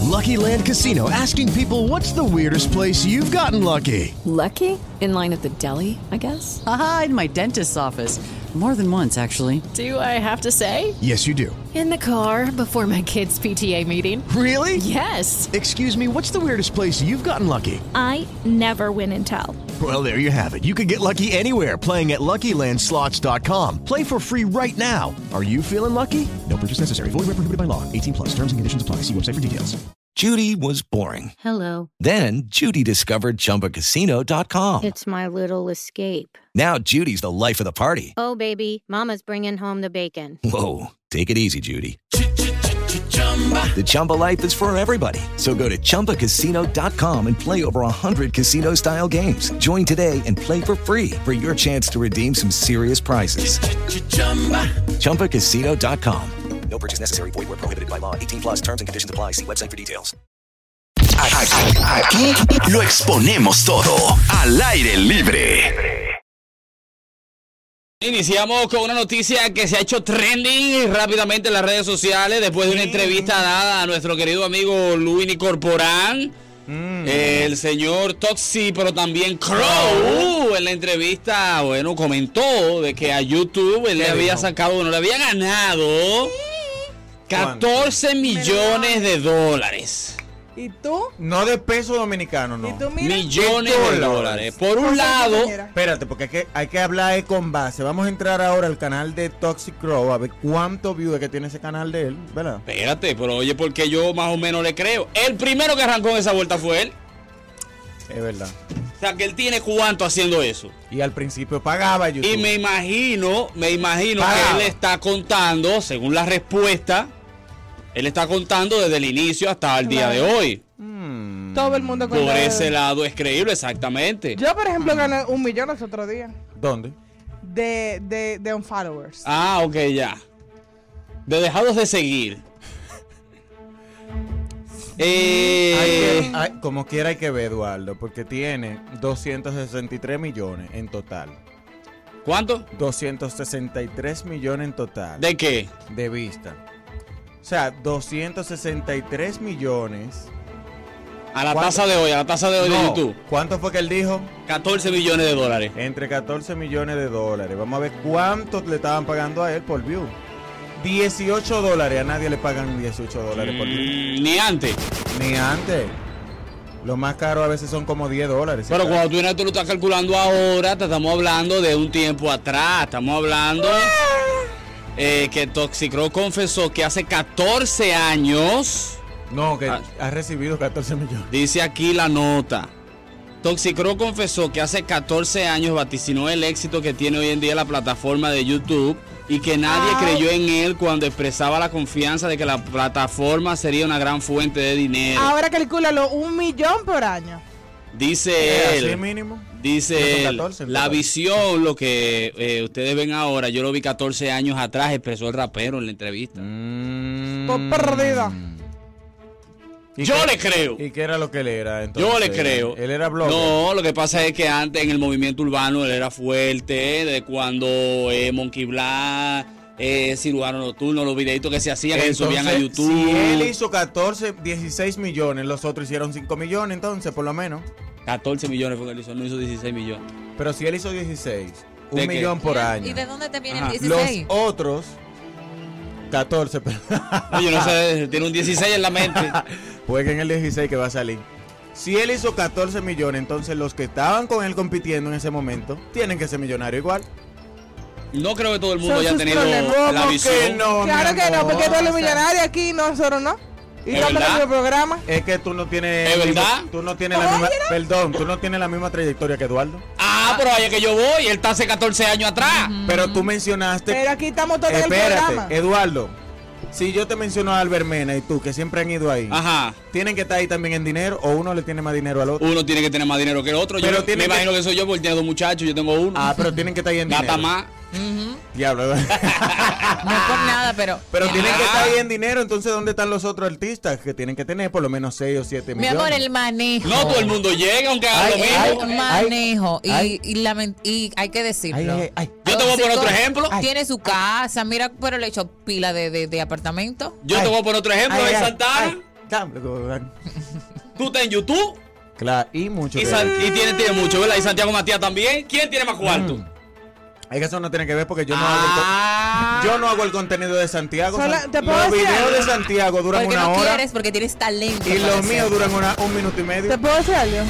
Lucky Land Casino, asking people, what's the weirdest place you've gotten lucky? Lucky? In line at the deli, I guess? Aha, in my dentist's office. More than once, actually. Do I have to say? Yes, you do. In the car before my kids' PTA meeting. Really? Yes. Excuse me, what's the weirdest place you've gotten lucky? I never win and tell. Well, there you have it. You can get lucky anywhere, playing at LuckyLandSlots.com. Play for free right now. Are you feeling lucky? No purchase necessary. Void where prohibited by law. 18 plus. Terms and conditions apply. See website for details. Judy was boring. Hello. Then Judy discovered ChumbaCasino.com. It's my little escape. Now Judy's the life of the party. Oh, baby, mama's bringing home the bacon. Whoa, take it easy, Judy. The Chumba life is for everybody. So go to ChumbaCasino.com and play over 100 casino-style games. Join today and play for free for your chance to redeem some serious prizes. ChumbaCasino.com. No purchase necessary. Void where prohibited by law. 18 plus. Terms and conditions apply. See website for details. Aquí lo exponemos todo al aire libre. Iniciamos con una noticia que se ha hecho trending rápidamente en las redes sociales después de una entrevista dada a nuestro querido amigo Luini Corporán. El señor Toxi, pero también Crow, en la entrevista, bueno, comentó de que a YouTube él le había sacado, no le había ganado 14 millones de dólares. ¿Y tú? No de peso dominicano, no. ¿Y tú, mira? Millones de dólares. Por un lado... Espérate, porque hay que hablar con base. Vamos a entrar ahora al canal de Toxic Crow a ver cuánto views que tiene ese canal de él, ¿verdad? Espérate, pero oye, porque yo más o menos le creo. El primero que arrancó en esa vuelta fue él. Es verdad. O sea, que él tiene cuánto haciendo eso. Y al principio pagaba YouTube. Y me imagino que él está contando, según la respuesta... Él está contando desde el inicio hasta el día de hoy. Todo el mundo por ese lado es creíble, exactamente. Yo, por ejemplo, gané 1 millón los otros días. ¿Dónde? De unfollowers. Ah, ok, ya. De dejados de seguir. Como quiera hay que ver, Eduardo, porque tiene 263 millones en total. ¿Cuánto? 263 millones en total. ¿De qué? De vista. O sea, 263 millones. A la tasa de hoy, de YouTube. ¿Cuánto fue que él dijo? 14 millones de dólares. Entre 14 millones de dólares. Vamos a ver cuánto le estaban pagando a él por view. 18 dólares. A nadie le pagan 18 dólares por view. Ni antes. Lo más caro a veces son como 10 dólares. Pero cuando tú lo estás calculando ahora, te estamos hablando de un tiempo atrás. Estamos hablando... que Toxicro confesó que hace 14 años... No, que ha recibido 14 millones. Dice aquí la nota. Toxicro confesó que hace 14 años vaticinó el éxito que tiene hoy en día la plataforma de YouTube y que nadie creyó en él cuando expresaba la confianza de que la plataforma sería una gran fuente de dinero. Ahora calcúlalo, 1 millón por año. Dice él. ¿Así mínimo? Dice 14, la visión, lo que ustedes ven ahora, yo lo vi 14 años atrás, expresó el rapero en la entrevista. Por perdida. Yo le creo. ¿Y qué era lo que él era entonces? Yo le creo. ¿Él era blogger? No, lo que pasa es que antes en el movimiento urbano él era fuerte, de cuando Monkey Black, Cirujano Nocturno, los videitos que se hacían, que se subían a YouTube. Si él hizo 16 millones, los otros hicieron 5 millones entonces, por lo menos. 14 millones fue que él hizo, no hizo 16 millones. Pero si él hizo 16, 1 millón por año. ¿Y de dónde te viene el 16? Los otros, 14. Pero... Oye, no sé, tiene un 16 en la mente. Jueguen el 16 que va a salir. Si él hizo 14 millones, entonces los que estaban con él compitiendo en ese momento tienen que ser millonarios igual. No creo que todo el mundo haya tenido la visión. Claro que no, porque todos los millonarios aquí, nosotros no. Y no tenemos el programa. Es que tú no tienes. ¿Es verdad? Tú no tienes la misma. Perdón, tú no tienes la misma trayectoria que Eduardo. Ah, pero vaya que yo voy. Él está hace 14 años atrás. Pero tú mencionaste. Pero aquí estamos todos en el programa. Eduardo. Si yo te menciono a Albert Mena y tú, que siempre han ido ahí, ajá, ¿tienen que estar ahí también en dinero o uno le tiene más dinero al otro? Uno tiene que tener más dinero que el otro. Pero yo me imagino que soy yo porque tiene 2 muchachos, yo tengo uno. Ah, pero tienen que estar ahí en dinero. Gata más. Diablo. No es por nada, pero tienen que estar ahí en dinero. Entonces, ¿dónde están los otros artistas que tienen que tener por lo menos 6 o 7 millones? Mi amor, el manejo. No todo el mundo llega, aunque haga lo mismo. El manejo. Y hay que decirlo. Yo te voy a poner otro ejemplo. Tiene su casa, mira, pero le he hecho pila de apartamento. Yo te voy a poner otro ejemplo de Santana. ¿Tú estás en YouTube? Claro, y mucho. Y tiene mucho, ¿verdad? Y Santiago Matías también. ¿Quién tiene más cuarto? Es que eso no tiene que ver porque yo no hago el contenido de Santiago. Los videos de Santiago duran porque una no hora. Porque tienes talento. Y los míos duran 1 minuto y medio. ¿Te puedo decir algo?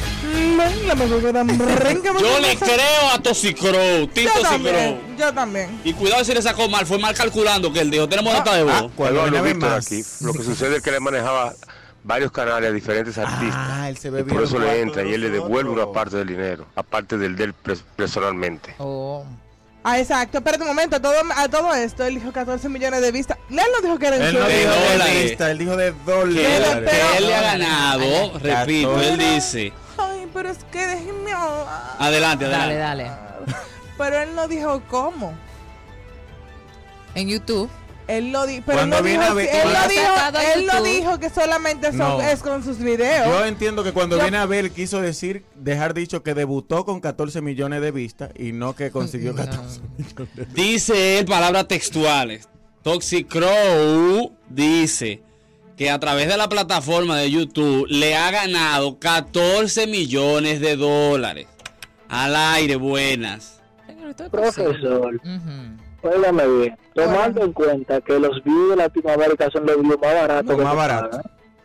Yo le creo a Toxicrow. Yo también. Y cuidado si le sacó mal. Fue mal calculando que él dijo. Tenemos nota de voz. Víctor aquí. Lo que sucede es que le manejaba varios canales a diferentes artistas. Él se ve y por eso le entra y él le devuelve una parte del dinero, aparte del de él personalmente. Exacto. Espérate un momento. A todo esto, él dijo 14 millones de vistas. Él no dijo que era Él no dijo de vistas, él dijo de dólares. Que él le ha ganado, repito, él dice. Ay, pero es que déjenme hablar. Adelante. Dale. Pero él no dijo cómo. En YouTube. Él lo dijo, pero él no dijo que solamente es con sus videos. Yo entiendo que cuando viene a ver quiso dejar dicho que debutó con 14 millones de vistas y no que consiguió 14 millones. Dice él palabras textuales. Toxicrow dice que a través de la plataforma de YouTube le ha ganado 14 millones de dólares. Al aire, buenas. Profesor. Óigame bien, tomando en cuenta que los views de Latinoamérica son los views más baratos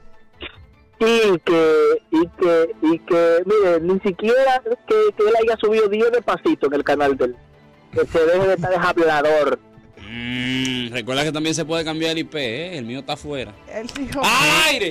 y que mire, ni siquiera que él haya subido 10 de pasito en el canal de él, que se deje de estar de hablador. Recuerda que también se puede cambiar el IP, el mío está afuera. Él dijo ¡al aire!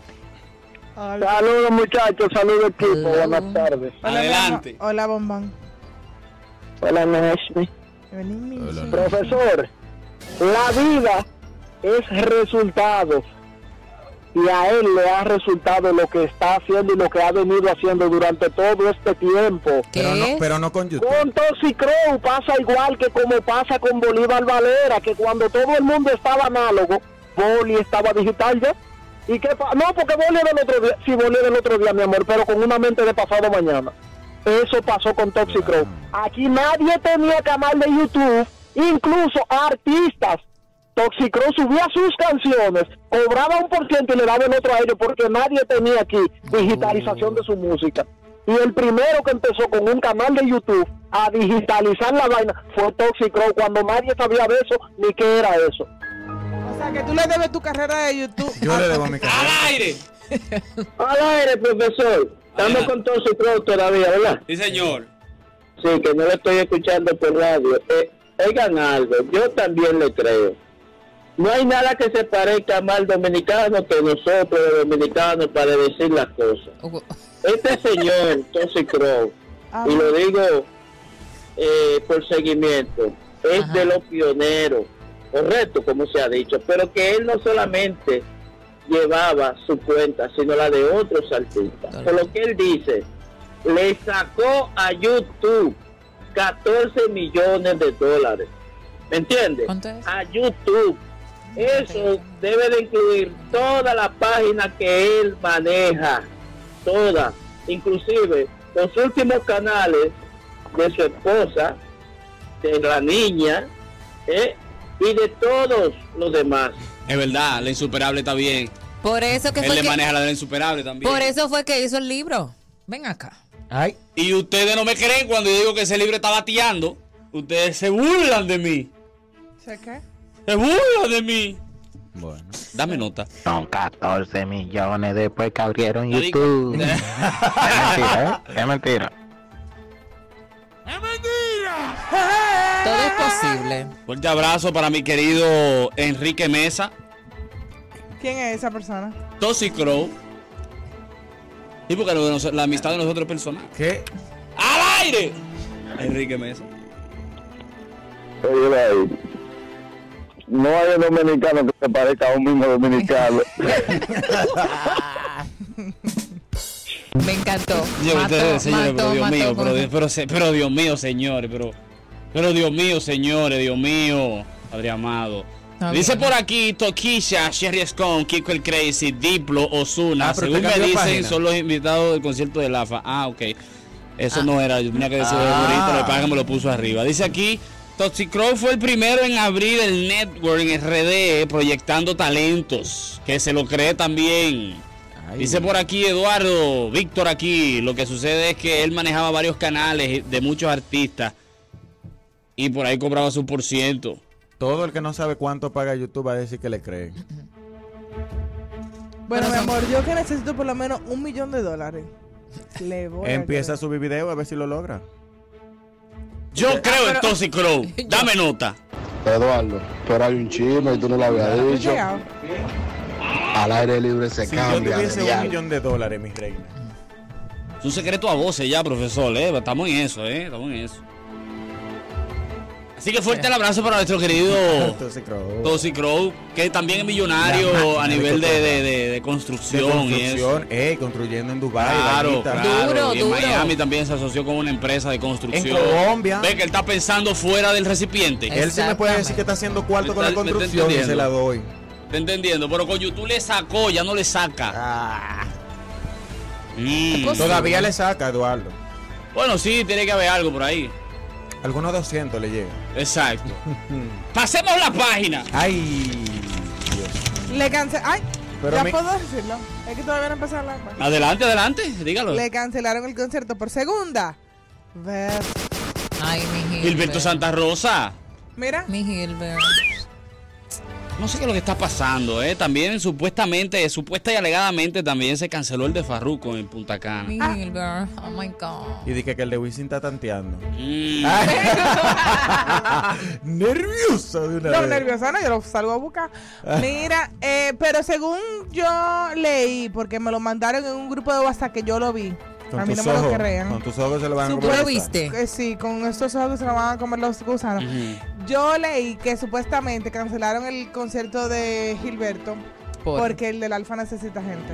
Saludos muchachos, saludos equipo, buenas tardes. Adelante. Hola Bombón. Hola Nashmi. Profesor, la vida es resultados y a él le ha resultado lo que está haciendo y lo que ha venido haciendo durante todo este tiempo. Pero no con YouTube. Con Toxicrow pasa igual que como pasa con Bolívar Valera, que cuando todo el mundo estaba análogo, Boli estaba digital ya. ¿Y qué no, porque Boli era el otro día, sí, Boli era el otro día, mi amor, pero con una mente de pasado mañana. Eso pasó con Toxicrow. Aquí nadie tenía canal de YouTube, incluso artistas. Toxicrow subía sus canciones, cobraba 1% y le daba el otro a ellos porque nadie tenía aquí digitalización de su música. Y el primero que empezó con un canal de YouTube a digitalizar la vaina fue Toxicrow, cuando nadie sabía de eso ni qué era eso. O sea, que tú le debes tu carrera de YouTube. Yo le debo mi carrera. ¡Al aire! ¡Al aire, profesor! Estamos con Toxicrow todavía, ¿verdad? Sí, señor. Sí, que no lo estoy escuchando por radio. Oigan algo, yo también le creo. No hay nada que se parezca más al dominicano que nosotros los dominicanos para decir las cosas. Este señor, Toxicrow, y lo digo por seguimiento, es de los pioneros, correcto, como se ha dicho, pero que él no solamente llevaba su cuenta, sino la de otros artistas. Por lo que él dice, le sacó a YouTube 14 millones de dólares. ¿Me entiendes? A YouTube. Eso debe de incluir toda la página que él maneja, toda, inclusive los últimos canales de su esposa, de la niña, y de todos los demás. Es verdad, la insuperable está bien. Por eso que él le maneja la de la insuperable también. Por eso fue que hizo el libro. Ven acá. Ay. Y ustedes no me creen cuando yo digo que ese libro está bateando. Ustedes se burlan de mí. ¿Se qué? Se burlan de mí. Bueno. Dame nota. Son 14 millones después que abrieron YouTube. Es mentira, Es mentira. ¡Es mentira! Todo es posible. Fuerte abrazo para mi querido Enrique Mesa. ¿Quién es esa persona? Toxicrow. Y porque la amistad de nosotros es personal. ¿Qué? ¡Al aire! Enrique Mesa. Oye, no hay un dominicano que se parezca a un mismo dominicano. Me encantó. Pero Dios mío, señores, pero Dios mío, señores, Dios mío, Padre amado. Dice por aquí Toquisha, Sherry Scone, Kiko el Crazy, Diplo, Ozuna. Según me dicen, son los invitados del concierto de Lafa. Ah, ok. Eso no era, yo tenía que decir ahorita, el paga me lo puso arriba. Dice aquí Toxicrow fue el primero en abrir el network en RD proyectando talentos, que se lo cree también. Dice por aquí Eduardo, Víctor aquí, lo que sucede es que él manejaba varios canales de muchos artistas y por ahí cobraba su %. Todo el que no sabe cuánto paga YouTube va a decir que le cree. Bueno, mi amor, yo que necesito por lo menos $1 millón. Le voy Empieza a subir video a ver si lo logra. Yo creo en Toxicrow. Dame nota. Eduardo, pero hay un chisme y tú no lo habías dicho. Al aire libre se cambia. Si yo tuviese $1 millón, mi reina. Es un secreto a voces ya, profesor. Estamos en eso, Estamos en eso. Así que fuerte el abrazo para nuestro querido Toxicrow, que también es millonario a nivel de construcción. Construyendo en Dubái. Claro. Duro. En Miami también se asoció con una empresa de construcción. En Colombia. Ve que él está pensando fuera del recipiente. Él sí me puede decir que está haciendo cuarto con la construcción y se la doy. Te entendiendo, pero con YouTube le sacó, ya no le saca. Todavía le saca, Eduardo. Bueno, sí, tiene que haber algo por ahí. Algunos 200 le llega. Exacto. Pasemos la página. Ay, Dios. Le cancelaron. Ay, pero ya puedo decirlo. Es que todavía no empezó la página. Adelante, dígalo. Le cancelaron el concierto por segunda vez. Ay, mi Gilbert. Gilberto Santa Rosa. Mira. Mi Gilbert. No sé qué es lo que está pasando, También supuesta y alegadamente también se canceló el de Farruko en Punta Cana. Mi Gilbert, oh my God. Y dije que el de Wisin está tanteando. Nerviosa de una vez. No, nerviosa no, yo lo salgo a buscar. Mira, pero según yo leí, porque me lo mandaron en un grupo de WhatsApp que yo lo vi. Con a mí no tus me lo ojos, crean. con tus ojos se lo van a ¿Tú comer. lo viste? Sí, con estos ojos se lo van a comer los gusanos. Yo leí que supuestamente cancelaron el concierto de Gilberto porque el del Alfa necesita gente.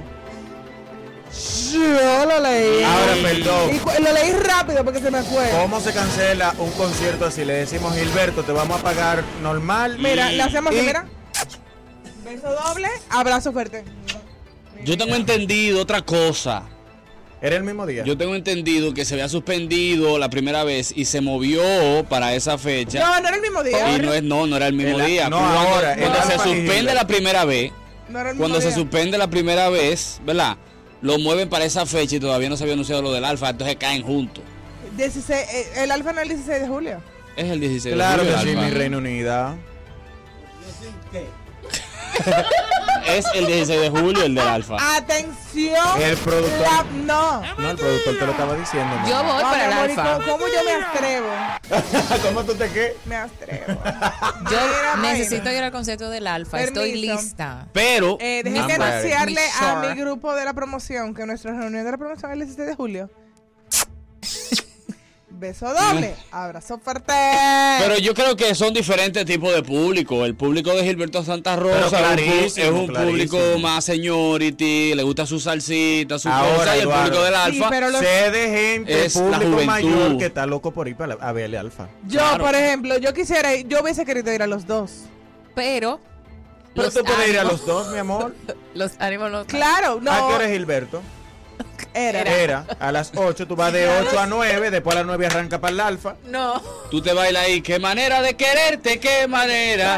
Yo lo leí. Ahora, perdón. Y lo leí rápido porque se me fue. ¿Cómo se cancela un concierto así? Le decimos, Gilberto, te vamos a pagar normal. Mira, le hacemos así, mira. Beso doble, abrazo fuerte. Yo tengo entendido otra cosa. ¿Era el mismo día? Yo tengo entendido que se había suspendido la primera vez y se movió para esa fecha. No, no era el mismo día. Y no era el mismo día. No, ahora. Cuando se suspende la primera vez, suspende la primera vez, ¿verdad? Lo mueven para esa fecha y todavía no se había anunciado lo del Alfa, entonces caen juntos. 16, el Alfa no es el 16 de julio. Es el 16 de julio. Claro que sí, mi Reino Unida. Es el 16 de julio el del Alfa. Atención. El productor. No, el productor te lo estaba diciendo. Yo voy para el Alfa. ¿Cómo yo me atrevo? ¿Cómo tú te qué? Me atrevo. Yo necesito ir al concierto del Alfa. Permiso. Estoy lista. Pero déjenme anunciarle a mi grupo de la promoción que nuestra reunión de la promoción es el 16 de julio. Beso doble, abrazo fuerte. Pero yo creo que son diferentes tipos de público. El público de Gilberto Santa Rosa es un público más seniority, le gusta su salsita, su cosa, y el público del Alfa sé de gente, el público mayor que está loco por ir a verle Alfa. Yo, por ejemplo, yo hubiese querido ir a los dos. Pero tú puedes ir a los dos, mi amor. Los ánimos no. Claro, no. ¿A qué hora es Gilberto? Era a las 8, tú vas de 8 a 9, después a las 9 arranca para el Alfa. No. Tú te bailas ahí, qué manera de quererte, qué manera.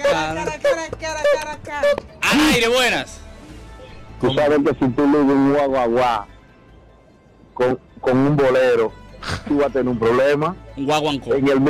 Al aire, buenas. Tú sabes que si tú le das un guaguaguá con un bolero, tú vas a tener un problema. Un guaguancó. En el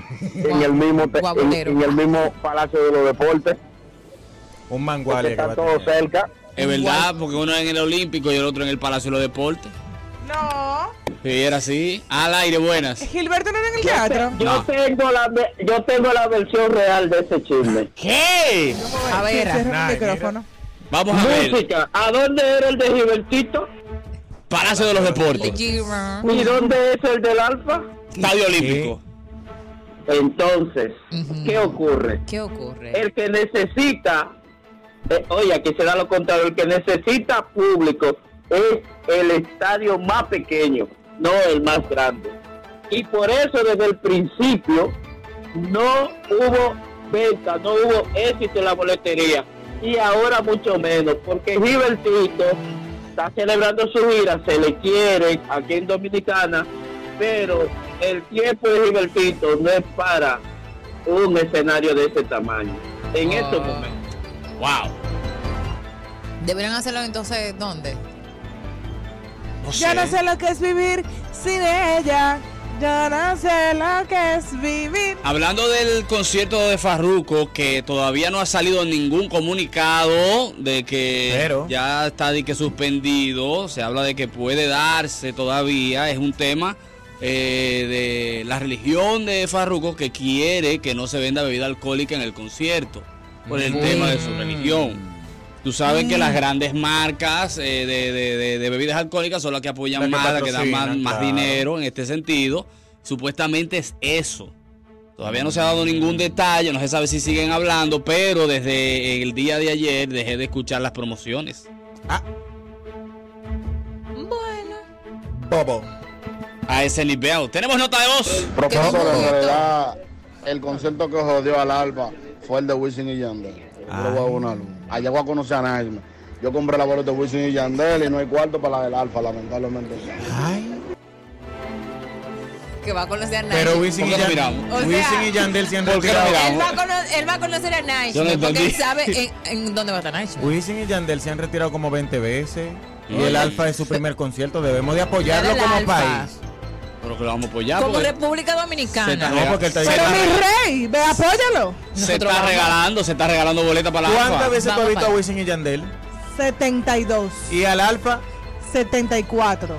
mismo Palacio de los Deportes. Un manguale que está todo cerca. Es verdad, porque uno en el Olímpico y el otro en el Palacio de los Deportes. No. Sí, era así. Al aire, buenas. Gilberto no era en el teatro. Yo tengo la versión real de ese chisme. ¿Qué? A ver, cierra el micrófono. Vamos a ver. Música. ¿A dónde era el de Gilbertito? Palacio de los Deportes. ¿Y dónde es el del Alfa? Estadio Olímpico. Entonces, ¿qué ocurre? El que necesita... oye, aquí se da lo contrario. El que necesita público es el estadio más pequeño, no el más grande. Y por eso desde el principio no hubo venta, no hubo éxito en la boletería. Y ahora mucho menos, porque Gilbertito está celebrando su gira, se le quiere aquí en Dominicana, pero el tiempo de Gilbertito no es para un escenario de ese tamaño en estos momentos. Wow. Deberían hacerlo entonces, ¿dónde? No sé. Yo no sé lo que es vivir sin ella. Yo no sé lo que es vivir. Hablando del concierto de Farruko, que todavía no ha salido ningún comunicado de que ya está de que suspendido. Se habla de que puede darse todavía. Es un tema de la religión de Farruko, que quiere que no se venda bebida alcohólica en el concierto por el tema de su religión. Tú sabes que las grandes marcas de bebidas alcohólicas son las que apoyan más, las que dan más dinero en este sentido. Supuestamente es eso. Todavía no se ha dado ningún detalle, no se sabe si siguen hablando, pero desde el día de ayer dejé de escuchar las promociones. Bueno. Bobo. A ese nivel. ¿Tenemos nota de voz? Profesor, en realidad, el concierto que jodió al Alfa fue el de Wisin y Yandel. Allá voy a conocer a Naime. Yo compré la boleta de Wisin y Yandel y no hay cuarto para la del Alfa, lamentablemente. Que va a conocer a Naime. Pero Wisin y Yandel se han retirado. Él va a conocer a Naime porque él sabe en dónde va a estar Naime. Wisin y Yandel se han retirado como 20 veces. Y el Alfa es su primer concierto. Debemos de apoyarlo como país. Pero que lo vamos a apoyar. Como República Dominicana. Pero mi rey, ve, apóyalo. Se está regalando boletas para la Alfa. ¿Cuántas veces tú has visto a Wisin y Yandel? 72. ¿Y al Alfa? 74.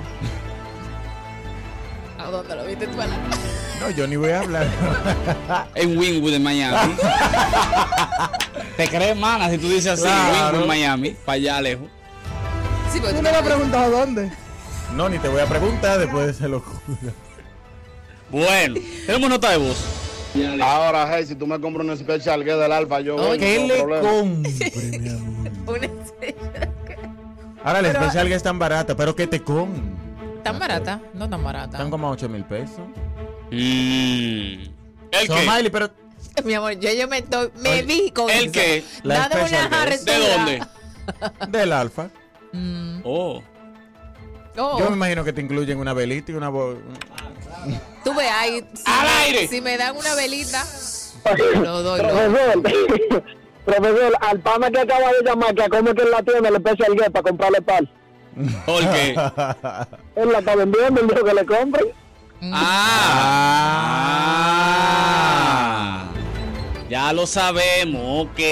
¿A dónde lo viste tú, Ana? No, yo ni voy a hablar. En Wynwood, en Miami. ¿Te crees, mana, si tú dices así? Claro. Wynwood, Miami, para allá lejos. Sí, ¿Tú me lo has preguntado dónde? No, ni te voy a preguntar después de esa locura. Bueno, tenemos nota de voz. Ahora, hey, si tú me compras un Special Guest del Alfa, yo voy. ¿Qué le compre, mi amor? Ahora el Special Guest es tan barata, pero ¿qué te con? ¿Tan barata? No tan barata. Están como a 8,000 pesos. ¿El qué? Miley, pero... Mi amor, yo me vi con ¿El eso. qué? La Dame Special una Guest. ¿De dónde? Del Alfa. Oh. Yo me imagino que te incluyen una velita y una... Tú ves ahí. ¡Al aire! Si me dan una velita, lo doy. Profesor, al pana que acaba de llamar, que come que en la tienda le pese al guía para comprarle pan. ¿Por qué? Él la está vendiendo, él dijo que le compre. Ya lo sabemos, ok.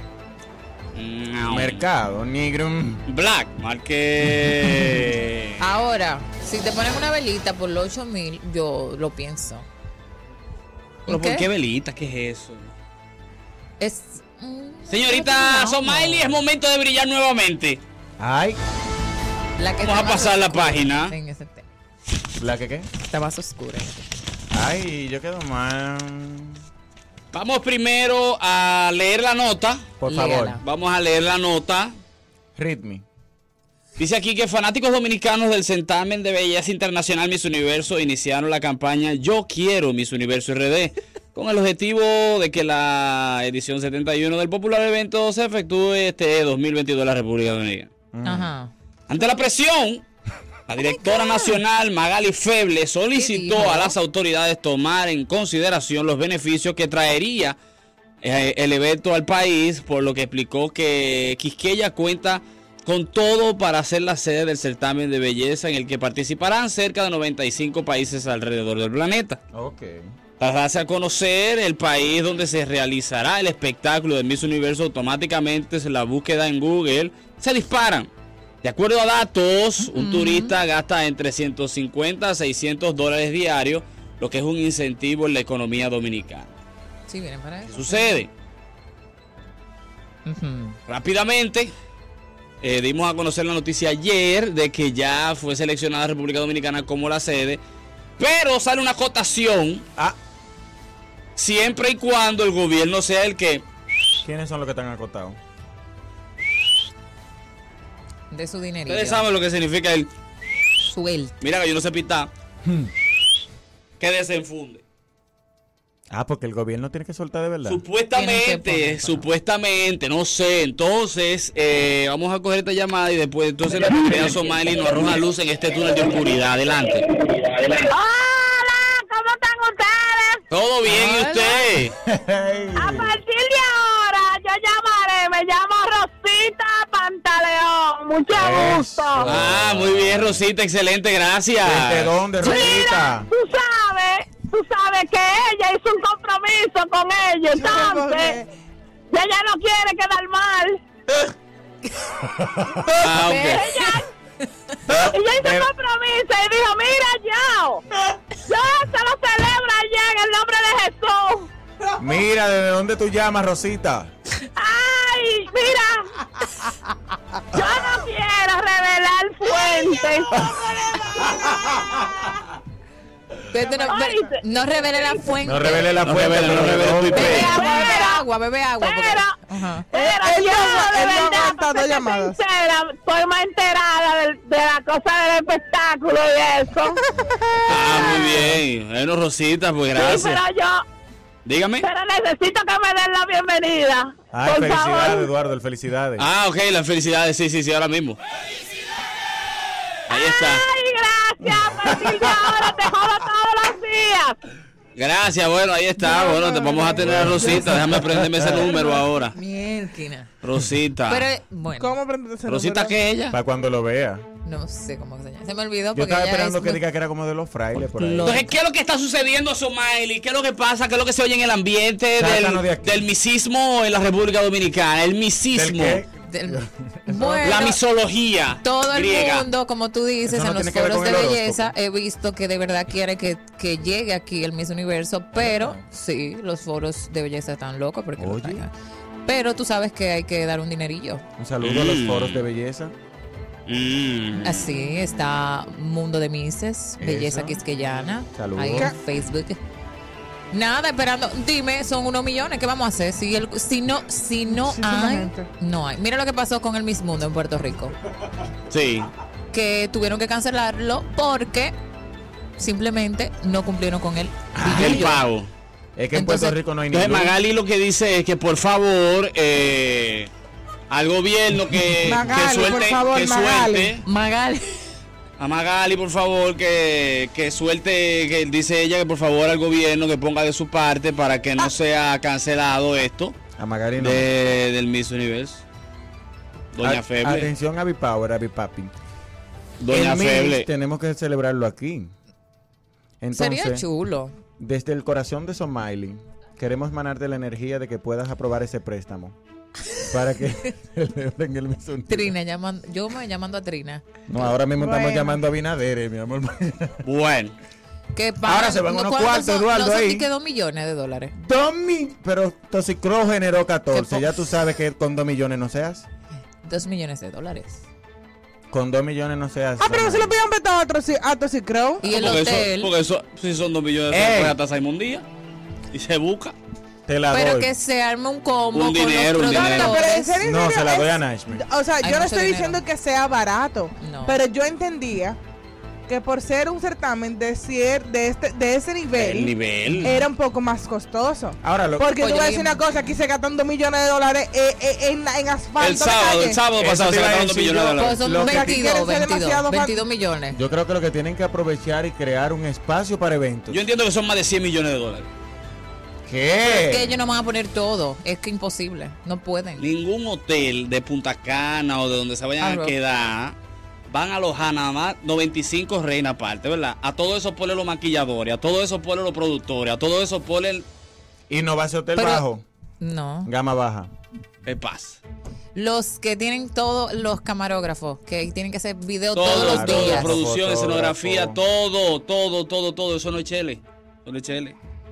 Mercado negro. Black, marque. Ahora, si te ponen una velita por los 8,000, yo lo pienso. ¿Pero por qué velita? ¿Qué es eso? Es... Señorita Somaili, es momento de brillar nuevamente. Ay. Vamos a pasar la página. En ese tema. ¿La que qué? Está más oscura. Ay, yo quedo mal. Vamos primero a leer la nota. Por favor. Vamos a leer la nota. Read me. Dice aquí que fanáticos dominicanos del certamen de belleza internacional Miss Universo iniciaron la campaña Yo Quiero Miss Universo RD con el objetivo de que la edición 71 del popular evento se efectúe este 2022 en la República Dominicana. Ajá. Ante la presión, la directora nacional Magali Feble solicitó a las autoridades tomar en consideración los beneficios que traería el evento al país, por lo que explicó que Quisqueya cuenta con todo para ser la sede del certamen de belleza en el que participarán cerca de 95 países alrededor del planeta. Okay. Tras darse a conocer el país donde se realizará el espectáculo de Miss Universo, automáticamente la búsqueda en Google se disparan. De acuerdo a datos, un turista gasta entre $150 a $600 diarios, lo que es un incentivo en la economía dominicana. Sí, vienen para eso. ¿Qué sucede? Rápidamente, dimos a conocer la noticia ayer de que ya fue seleccionada República Dominicana como la sede, pero sale una acotación siempre y cuando el gobierno sea el que... ¿Quiénes son los que están acotados? De su dinerito. Ustedes saben lo que significa el... Suelto. Mira que yo no sé pitar. Que desenfunde. Porque el gobierno tiene que soltar de verdad. Supuestamente, no sé. Entonces, vamos a coger esta llamada y después entonces la comunidad Somaili nos arroja luz en este túnel de oscuridad. Adelante. Hola, ¿cómo están ustedes? Todo bien, ¿y usted? A partir de ahora, yo llamaré, me llamo Rosita Pantaleón. Mucho gusto. Ah, muy bien, Rosita, excelente, gracias. ¿De dónde, Rosita? Mira, tú sabes que ella hizo un compromiso con ella, entonces, y ella no quiere quedar mal. Ah, ok. Ella hizo un compromiso y dijo, mira, yo se lo celebro allá en el nombre de Jesús. Mira, ¿de dónde tú llamas, Rosita? Ay, mira, yo no quiero revelar fuentes. No revele la fuente. No revele la fuente. No revele tu IP. Bebe agua. Pero yo de verdad, para ser sincera, estoy más enterada de la cosa del espectáculo y eso. Ah, muy bien. Bueno, Rosita, pues gracias. Sí, pero yo... Dígame. Pero necesito que me den la bienvenida. Ay, por felicidades, favor. Eduardo, felicidades. Ah, ok, las felicidades, sí, ahora mismo. Ahí está. Ay, gracias. A partir de ahora te jodo todos los días. Gracias, bueno, ahí está. Bueno, te vamos a tener a Rosita. Déjame aprenderme ese número ahora. Mielquina. Rosita. Pero, bueno. ¿Cómo aprendes ese ¿Rosita número? qué ella? Para cuando lo vea. No sé cómo se llama. Se me olvidó Yo porque estaba ella esperando es que muy- diga que era como de los frailes por ahí. Entonces, ¿qué es lo que está sucediendo, Somaili? ¿Qué es lo que pasa? ¿Qué es lo que se oye en el ambiente Sácanos de aquí. del misismo en la República Dominicana? El misismo. Bueno, La misología todo el griega. mundo, como tú dices, Eso no en los tiene que ver foros con de el belleza, he visto que de verdad quiere que llegue aquí el Miss Universo, pero sí, los foros de belleza están locos porque lo traigan. Pero tú sabes que hay que dar un dinerillo. Un saludo a los foros de belleza. Así está Mundo de Misses, Belleza Quisqueyana, Saludos. ahí en Facebook. Nada, esperando. Dime, son 1 millón. ¿Qué vamos a hacer? Si no hay, no hay. Mira lo que pasó con el Miss Mundo en Puerto Rico. Sí. Que tuvieron que cancelarlo porque simplemente no cumplieron con el El pago. Es que en Puerto Rico no hay Entonces ningún... Magali lo que dice es que por favor al gobierno que Magali, suelte, por favor, que Magali. suelte Magali. a Magali, por favor, que suelte, que dice ella que por favor al gobierno que ponga de su parte para que no sea cancelado esto A Magali no. del Miss Universo. Doña Feble. Atención a Bipower, a Bipapi. Doña El Miss Feble. tenemos que celebrarlo aquí. Entonces, Sería chulo. Desde el corazón de Somaili, queremos manarte la energía de que puedas aprobar ese préstamo. Para que celebren el Miss Universo. Trina, yo me llamando a Trina. No, ahora mismo estamos Bueno. llamando a Binader, mi amor. Bueno. Que Ahora se van unos cuartos, Eduardo, ahí. Y que $2 millones. 2 millones. Pero Toxicro generó 14. Ya tú sabes que con 2 millones no se hace. $2 millones. Con 2 millones no se hace. Ah, pero no se lo pidieron vetado a Toxicro. Y el Porque hotel. porque eso, si son 2 millones de Ey. pesos hasta Simon Díaz y se busca. Te la Pero doy. que se arme un combo Un dinero, con un los dinero. No, pero en serio, No, se la es- doy a Nashme. O sea, Hay yo no mucho estoy dinero. diciendo que sea barato, No. pero yo entendía que por ser un certamen de ese nivel, El nivel. era un poco más costoso. Ahora lo Porque Oye, tú vas a decir bien. una cosa, aquí se gastan $2 millones en asfalto. El sábado, de calle. pasado Eso se te iba a gastaron 2 decir millones de yo. dólares. Pues son Lo que aquí quieren ser 22 demasiado millones. Yo creo que lo que tienen que aprovechar y crear un espacio para eventos. Yo entiendo que son más de 100 millones de dólares. ¿Qué? Es que ellos no van a poner todo. Es que imposible. No pueden. Ningún hotel de Punta Cana o de donde se vayan a quedar van a alojar nada más 95 reinas aparte, ¿verdad? A todo eso ponle los maquilladores, a todo eso ponle los productores, a todo eso ponle Y no va a ser hotel Pero- bajo, No. gama baja. el paz. Los que tienen todos los camarógrafos, que tienen que hacer video Todo, todos los todo, días. producción, Fotógrafo. escenografía, todo, eso no es chele. Eso no es chele.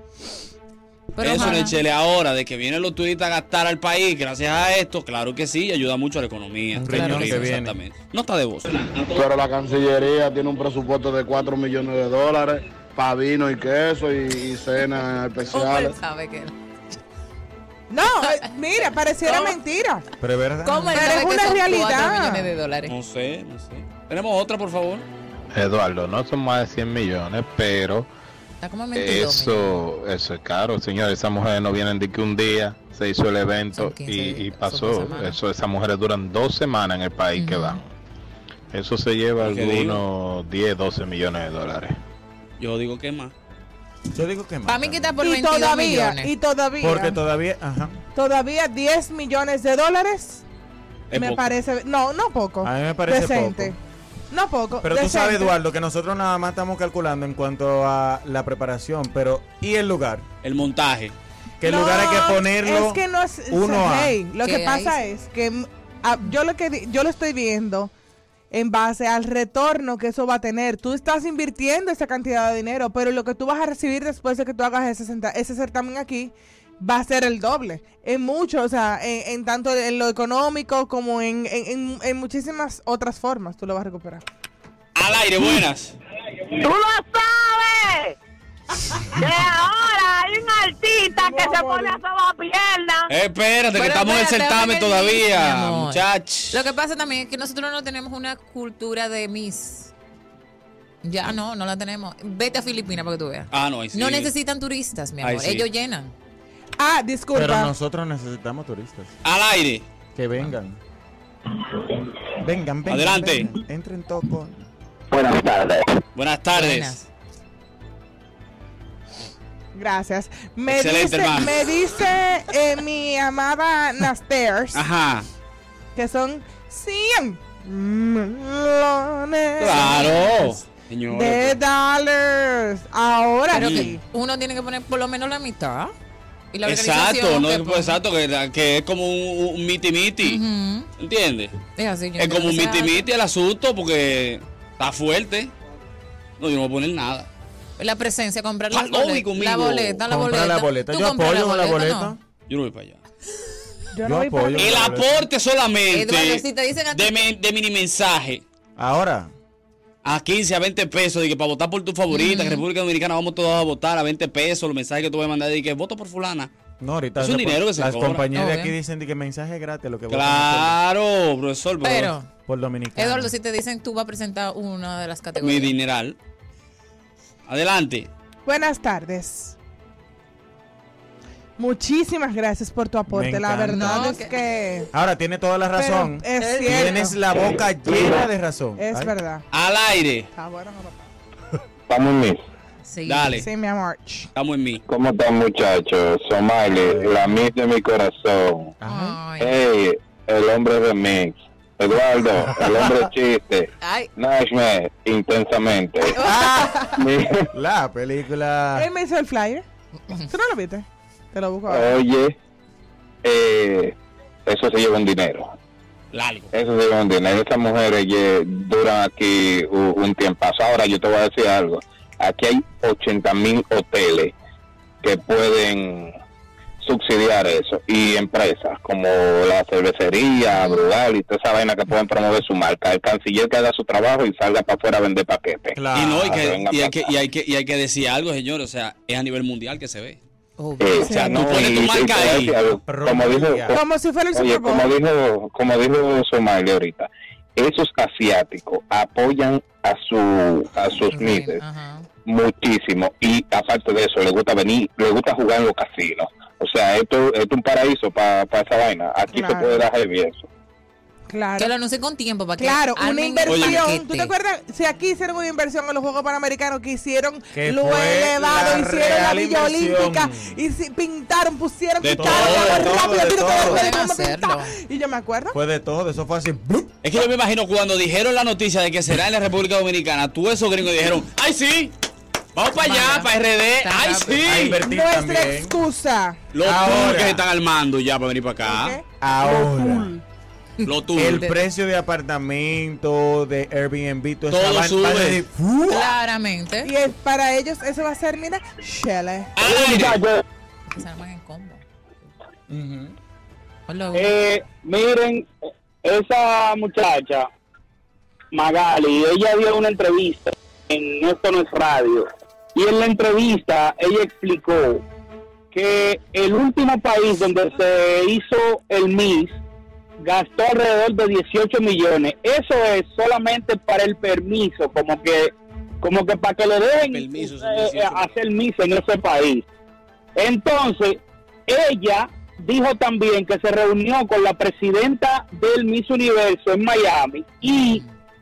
Pero eso no ojalá. es chele. Ahora, de que vienen los turistas a gastar al país, gracias a esto, claro que sí, ayuda mucho a la economía. Un Claro riñón que que sí, viene. exactamente. No está de voz. Pero la Cancillería tiene un presupuesto de $4 millones para vino y queso y cenas ¿Cómo especiales. él sabe que No, mira, pareciera mentira. Pero es verdad. ¿Cómo él Pero sabe es que una son realidad. $4 millones? No sé. Tenemos otra, por favor. Eduardo, no son más de 100 millones, pero Está como en 22 eso es caro, señores. Esas mujeres no vienen de que un día se hizo el evento Son 15 y son pasó. 2 semanas. Esas mujeres duran 2 semanas en el país que van. Eso se lleva ¿Qué algunos 10, 12 millones de dólares. Yo digo que más. Yo digo que más. Para mí quita por 22 millones. Y todavía. Porque todavía, ajá. Todavía $10 millones me poco. parece. No poco. A mí me parece decente. poco. No poco. Pero decente. tú sabes, Eduardo, que nosotros nada más estamos calculando en cuanto a la preparación, pero ¿y el lugar? El montaje. Que el lugar hay que ponerlo. Es que no es. Uno a. Lo que pasa es que yo lo estoy viendo en base al retorno que eso va a tener. Tú estás invirtiendo esa cantidad de dinero, pero lo que tú vas a recibir después de que tú hagas ese certamen aquí va a ser el doble. En mucho, o sea, en tanto en lo económico como en muchísimas otras formas tú lo vas a recuperar. Al aire, buenas. ¡Tú lo sabes! Que ahora hay un artista que se pone a sobar piernas. Espérate, que estamos en el certamen todavía, muchachos. Lo que pasa también es que nosotros no tenemos una cultura de Miss. Ya no la tenemos. Vete a Filipinas para que tú veas. No, ahí sí. No necesitan turistas, mi amor. Ahí sí. Ellos llenan. Disculpa. Pero nosotros necesitamos turistas. Al aire. Que vengan. Vengan. Adelante. Vengan. Entren toco. Buenas tardes. Buenas tardes. Gracias. Excelente, hermano. Me dice mi amada Nasters. Ajá. Que son 100 millones. Claro. Señores. De dólares. Ahora Pero sí. que uno tiene que poner por lo menos la mitad. Y la Exacto, no que exacto, que es como un miti-miti. ¿Entiendes? Es así. Es como un miti-miti el asunto porque está fuerte. No, yo no voy a poner nada. La presencia, comprar la boleta. Compra la boleta. Yo apoyo con la boleta. No. Yo no voy para allá. Yo no voy para allá. El aporte solamente Eduardo, si te dicen a ti, de mini mensaje. Ahora. A 15, a 20 pesos, de que para votar por tu favorita, que República Dominicana vamos todos a votar a 20 pesos, los mensajes que tú vas a mandar de que voto por fulana. No, ahorita es un dinero que se las cobra. compañías de aquí dicen de que mensaje gratis lo que claro, profesor. Pero por dominicano. Eduardo, si te dicen tú vas a presentar una de las categorías. Mi dineral. Adelante. Buenas tardes. Muchísimas gracias por tu aporte. La verdad es que. Ahora tiene toda la razón. Pero es cierto. Tienes la boca llena de razón. Es verdad. Al aire. Bueno, Estamos en mí. Sí. Dale. Sí, mi amor. Estamos en mí. ¿Cómo están, muchachos? Somali, la Miss de mi corazón. Hey, el hombre remix. Eduardo, el hombre chiste. Nashme, intensamente. La película. Él me hizo el flyer. ¿Tú no lo viste? Te lo busco ahora. Oye, eso se lleva un dinero. Largo. Eso se lleva un dinero. Esas mujeres duran aquí un tiempo. Ahora yo te voy a decir algo. Aquí hay 80,000 hoteles que pueden subsidiar eso, y empresas como la cervecería, Brugal y toda esa vaina que pueden promover su marca. El canciller que haga su trabajo y salga para afuera a vender paquetes. Claro. Y no, hay que decir algo, señor, o sea, es a nivel mundial que se ve. O sea, no, tú pones tu marca ahí. Como si fuera el Super Bowl. Como dijo Somali ahorita, esos asiáticos apoyan a sus misses muchísimo, y aparte de eso, les gusta jugar en los casinos. O sea, esto es un paraíso para esa vaina. Aquí se puede dar heavy eso. Claro. Que lo anuncien con tiempo para que una inversión. ¿Tú te acuerdas? Si aquí hicieron una inversión en los Juegos Panamericanos, que hicieron lo elevado, hicieron la Villa Olímpica, y pintaron, pusieron, y yo me acuerdo. Fue de todo, eso fue así. Es que yo me imagino cuando dijeron la noticia de que será en la República Dominicana, todos esos gringos dijeron, ¡ay sí! Vamos para allá, para RD. ¡Ay, sí! Nuestra excusa. Los tours que se están armando ya para venir para acá. Ahora. El De- precio de apartamento, de Airbnb, todo Todo eso sube. Claramente. Y para ellos eso va a ser, mira, Shelley. Se arman en combo. Miren, esa muchacha, Magali, ella dio una entrevista en Esto No Es Radio, y en la entrevista ella explicó que el último país donde se hizo el Miss gastó alrededor de 18 millones. Eso es solamente para el permiso, como que para que le dejen hacer Miss en ese país. Entonces, ella dijo también que se reunió con la presidenta del Miss Universo en Miami, y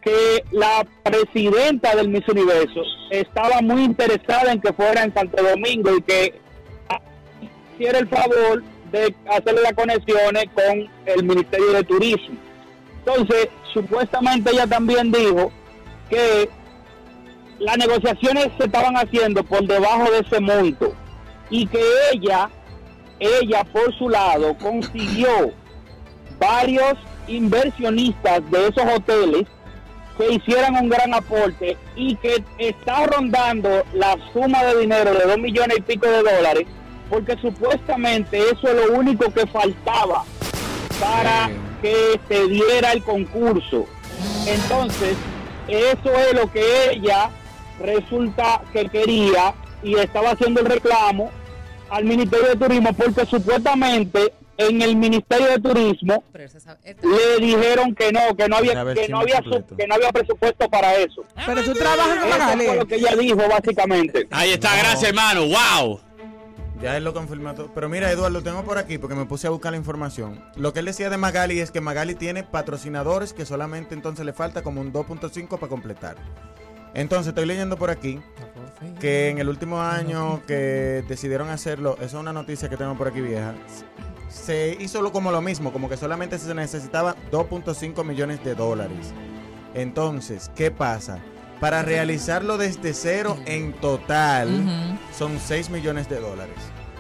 que la presidenta del Miss Universo estaba muy interesada en que fuera en Santo Domingo y que hiciera el favor de hacerle las conexiones con el Ministerio de Turismo. Entonces, supuestamente ella también dijo que las negociaciones se estaban haciendo por debajo de ese monto y que ella por su lado consiguió varios inversionistas de esos hoteles que hicieran un gran aporte y que está rondando la suma de dinero de $2 millones y pico de dólares, porque supuestamente eso es lo único que faltaba para que se diera el concurso. Entonces, eso es lo que ella resulta que quería y estaba haciendo el reclamo al Ministerio de Turismo, porque supuestamente en el Ministerio de Turismo le dijeron que no había presupuesto para eso. Pero tú trabajas con Magali. Eso fue lo que ella dijo básicamente. Ahí está, gracias hermano, wow. Ya él lo confirmó todo. Pero mira, Eduardo, lo tengo por aquí porque me puse a buscar la información. Lo que él decía de Magali es que Magali tiene patrocinadores que solamente entonces le falta como un 2.5 para completar. Entonces estoy leyendo por aquí que en el último año que decidieron hacerlo, eso es una noticia que tengo por aquí vieja, se hizo como lo mismo, como que solamente se necesitaba 2.5 millones de dólares. Entonces, ¿qué pasa? Para realizarlo desde cero en total son 6 millones de dólares.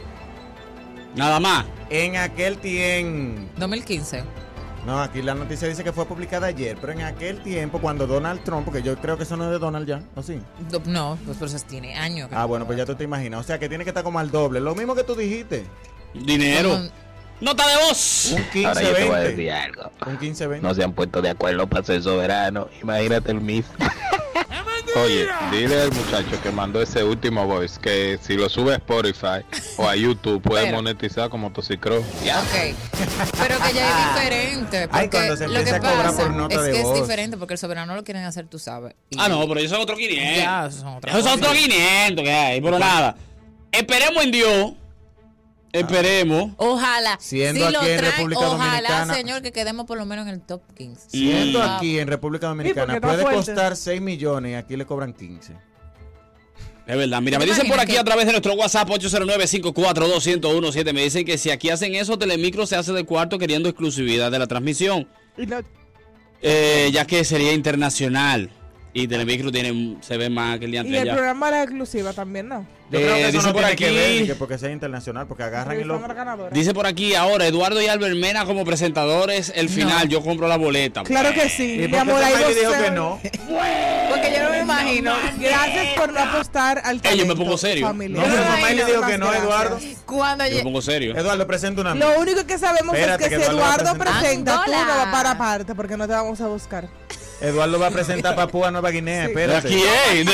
Nada más. En aquel tiempo. 2015. No, aquí la noticia dice que fue publicada ayer, pero en aquel tiempo cuando Donald Trump, porque yo creo que eso no es de Donald ya, ¿o sí? No, pues por eso tiene años. Bueno, pues ya tú te imaginas. O sea, que tiene que estar como al doble. Lo mismo que tú dijiste. Dinero. Nota de voz. Un 15-20. Ahora yo te voy a decir algo. Un 15-20. No se han puesto de acuerdo para ser soberano. Imagínate el Miss. Oye, dile al muchacho que mandó ese último voice que si lo sube a Spotify o a YouTube puede monetizar como Toxicrow. Ok, pero que ya es diferente. Porque cuando se lo que empieza a cobrar pasa por nota es de que voz. es diferente porque el soberano lo quieren hacer, tú sabes. No, pero ellos son otros 500. Ya, son otras Esos son cosas. otros 500 que hay, pero nada. Esperemos en Dios. Esperemos. Ojalá. Siendo si aquí lo en traen, República ojalá, Dominicana. señor, que quedemos por lo menos en el top 15. Siendo aquí en República Dominicana, está puede fuerte. costar 6 millones y aquí le cobran 15. Es verdad, mira, me dicen por aquí a través de nuestro WhatsApp 809-542-1017. Me dicen que si aquí hacen eso, Telemicro se hace de cuarto queriendo exclusividad de la transmisión. Ya que sería internacional. Y Telemicro se ve más que el día Y anterior. el ya. programa era exclusiva también, ¿no? Yo creo que eso dice no por tiene aquí- que ver que porque sea internacional, porque agarran y lo... Dice por aquí ahora, Eduardo y Albert Mena como presentadores, el final, yo compro la boleta. Claro que sí. ¿Y Mi por qué amor, ahí Smiley dijo vos que sabes. no? Porque yo no me imagino. Gracias por no apostar al Yo me talento pongo serio. familiar. No, pero Smiley dijo Más que no, gracias. Eduardo. Cuando Yo me pongo serio. Eduardo, presenta una. Lo único que sabemos Espérate, es que si Eduardo va a Eduardo presentar. presenta, tú no Angola. vas para aparte porque no te vamos a buscar. Eduardo va a presentar Papúa Nueva Guinea, espérate. Aquí es.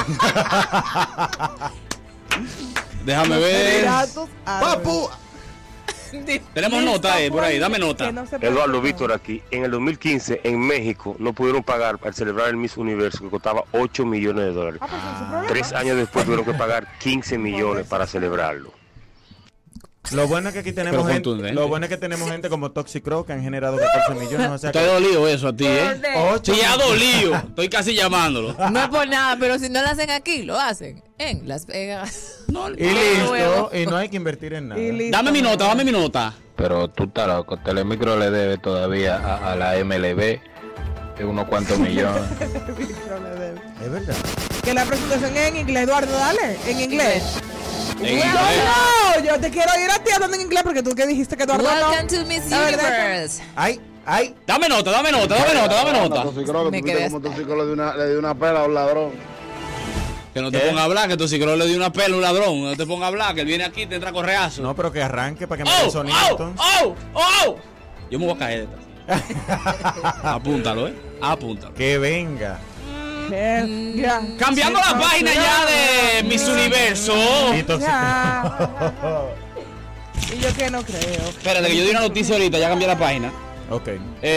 Déjame ver. Piratos árabes. Papúa. Tenemos nota por ahí, dame nota. Que no se Eduardo preocupen. Víctor aquí. En el 2015 en México no pudieron pagar para celebrar el Miss Universo que costaba 8 millones de dólares. Ah, pues ese es su problema. 3 años después tuvieron que pagar 15 millones para celebrarlo. Lo bueno es que aquí tenemos Pero gente, contundente. lo bueno es que tenemos gente como Toxicrow que han generado 14 millones, o sea Te ha que dolido eso a ti, ¿eh? 8 Sí, ha dolido. Estoy casi llamándolo. No es por nada, pero si no lo hacen aquí, lo hacen en Las Vegas. y listo, y no hay que invertir en nada. Y listo. Dame mi nota, dame mi nota. Pero tú estás loco, Telemicro le debe todavía a la MLB de unos cuantos millones. Es verdad. Que la presentación es en inglés, Eduardo, dale, en inglés. En inglés. No, yo te quiero ir a ti hablando en inglés porque tú que dijiste que Eduardo Welcome no. to Miss La verdad Universe. Ay, ay. Dame nota, dame nota, dame nota, dame nota. Toxicrow, que Me tú viste quedé como Toxicrow le dio una pela a un ladrón. Que no te ¿Qué? ponga a hablar, que tu psicólogo le dio una pela a un ladrón. No te ponga a hablar, que él viene aquí y te entra correazo. No, pero que arranque para que me dé ¡Oh! el sonido ¡Oh! entonces. ¡Oh! ¡Oh! Yo me voy a caer de esta. Apúntalo, Apúntalo. Que venga. Ya. Cambiando la página ya de Miss Universo. Y Toxicrow. Ya. Y yo que no creo. Espérate, que yo di una noticia ahorita, ya cambié la página. Ok.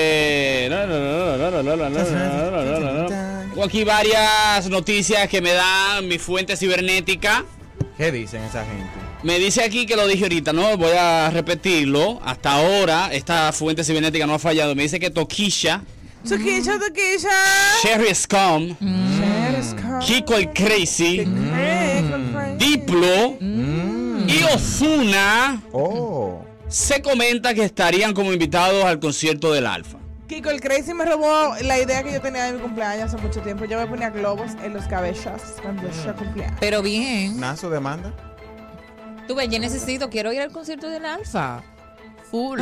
Tengo aquí varias noticias que me dan mi fuente cibernética. ¿Qué dicen esa gente? Me dice aquí que lo dije ahorita, no voy a repetirlo. Hasta ahora, esta fuente cibernética no ha fallado. Me dice que Toquilla Toquilla. Cherry Scum, Kiko el Crazy, Diplo y Ozuna se comenta que estarían como invitados al concierto del Alfa. Kiko el Crazy me robó la idea que yo tenía de mi cumpleaños hace mucho tiempo. Yo me ponía globos en los cabellos cuando yo cumplía. Pero bien. Nazo demanda. Tú ves, quiero ir al concierto del Alfa. Full.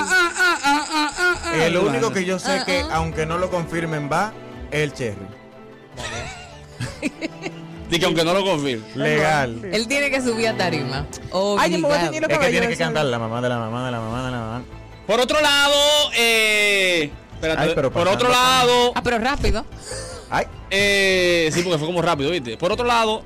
Lo único que yo sé que, aunque no lo confirmen, va el Cherry. Dice que aunque no lo confirme. Legal. Él tiene que subir a tarima. Ay, yo me voy a teñir los Es que cabellos. tiene que cantar la mamá de la mamá de la mamá de la mamá. Por otro lado, espérate, Ay, pero por otro lado. Pero rápido. Ay. Sí, porque fue como rápido, ¿viste? Por otro lado.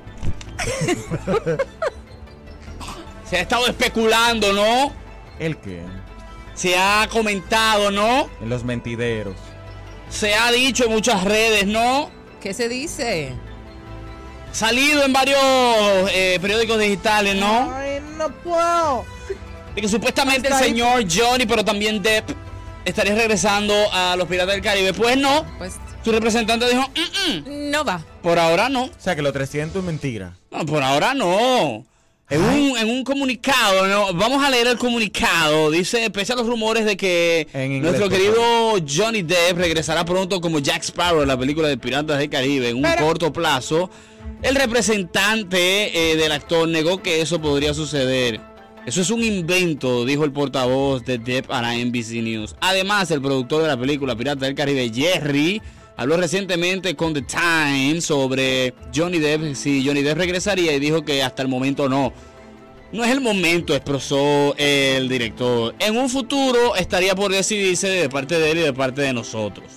Se ha estado especulando, ¿no? ¿El qué? Se ha comentado, ¿no? En los mentideros. Se ha dicho en muchas redes, ¿no? ¿Qué se dice? Salido en varios periódicos digitales, ¿no? Ay, no puedo. De que supuestamente el señor Johnny, pero también Depp, estaría regresando a los Piratas del Caribe. Pues no. Pues su representante dijo, no va. Por ahora no. O sea que los 300 es mentira. No, por ahora no. En un comunicado, ¿no? Vamos a leer el comunicado. Dice, pese a los rumores de que nuestro querido Johnny Depp regresará pronto como Jack Sparrow en la película de Piratas del Caribe en un corto plazo, el representante del actor negó que eso podría suceder. Eso es un invento, dijo el portavoz de Depp a la NBC News. Además, el productor de la película Piratas del Caribe, Jerry, habló recientemente con The Times sobre Johnny Depp, si Johnny Depp regresaría, y dijo que hasta el momento no. No es el momento, expresó el director. En un futuro estaría por decidirse de parte de él y de parte de nosotros.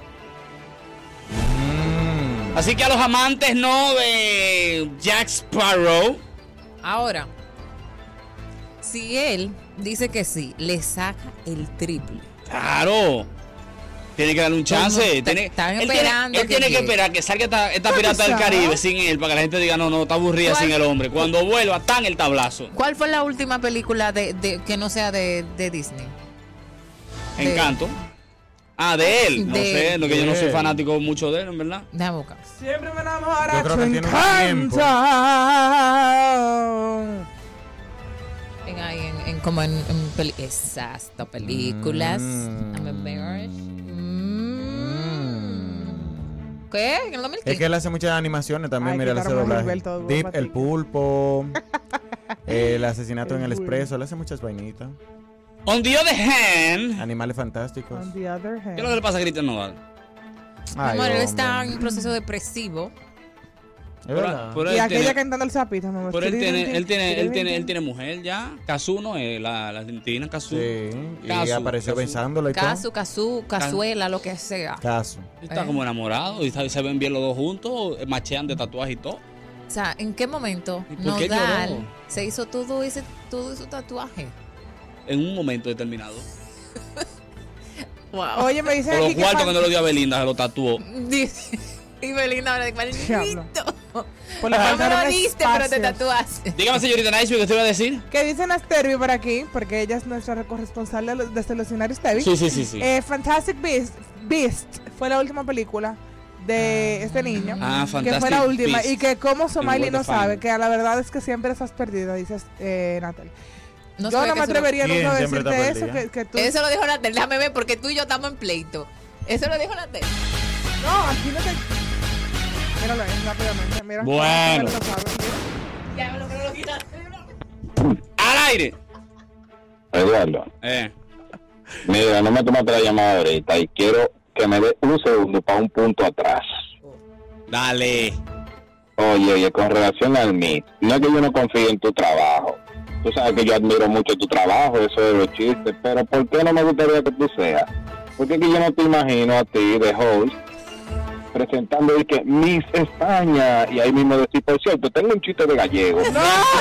Así que a los amantes, ¿no?, de Jack Sparrow. Ahora, si él dice que sí, le saca el triple. Claro. Tiene que darle un chance. Están Él esperando. tiene que esperar que salga esta Pirata del Caribe sin él, para que la gente diga, no, está aburrida sin el hombre. Cuando vuelva, tan el tablazo. ¿Cuál fue la última película de que no sea de Disney? Encanto. De él. No sé, lo que yo no soy fanático mucho de él, en verdad. Déjame buscar. Siempre me enamora. Yo creo que tiene un tiempo. Como en exacto, películas. ¿Qué? ¿En el 2015? Es que él hace muchas animaciones también. Ay, mira, él hace doblaje. todo Deep, el pulpo, el asesinato en el expreso. Él hace muchas vainitas. On the other hand, Animales fantásticos. On the other hand. ¿Qué es lo que le pasa a Cristian Nodal? Bueno, él está en un proceso depresivo. Y aquella cantando el sapito. Pero él tiene mujer ya. Casu, ¿no? La argentina, Casu. Sí. Y apareció besándola y Casu, Cazuela, lo que sea. Casu. Está como enamorado y se ven bien los dos juntos, machean de tatuaje y todo. O sea, ¿en qué momento Nodal se hizo todo ese tatuaje? En un momento determinado. Wow. Oye, me dicen por aquí los cuartos que no lo dio a Belinda, se lo tatuó. Y Belinda ahora de maldito. Por la no me lo diste, pero te tatuaste. Dígame, señorita Nice, ¿qué te iba a decir? ¿Qué dicen Astervi por aquí? Porque ella es nuestra corresponsal desde los escenarios TV. Sí. Fantastic Beast fue la última película de este niño. Fantastic que fue la última. Beast. Y que como Somaili no sabe, que la verdad es que siempre estás perdida, dices Natalie. No yo no me atrevería nunca a decirte eso. Que tú... Eso lo dijo Natalie. Déjame ver, porque tú y yo estamos en pleito. Eso lo dijo Natalie. No, aquí no te... Míralo ahí, rápidamente. Mira. Bueno. Ya me lo quitaste. ¡Al aire! Eduardo. Mira, no me tomaste la llamada ahorita y quiero que me dé un segundo para un punto atrás. Dale. Oye, con relación al MIT, no es que yo no confíe en tu trabajo. Tú sabes que yo admiro mucho tu trabajo, eso de los chistes, pero ¿por qué no me gustaría que tú seas? Porque es que yo no te imagino a ti de host presentando y que Miss España y ahí mismo decir, por cierto, tengo un chiste de gallego. ¡No!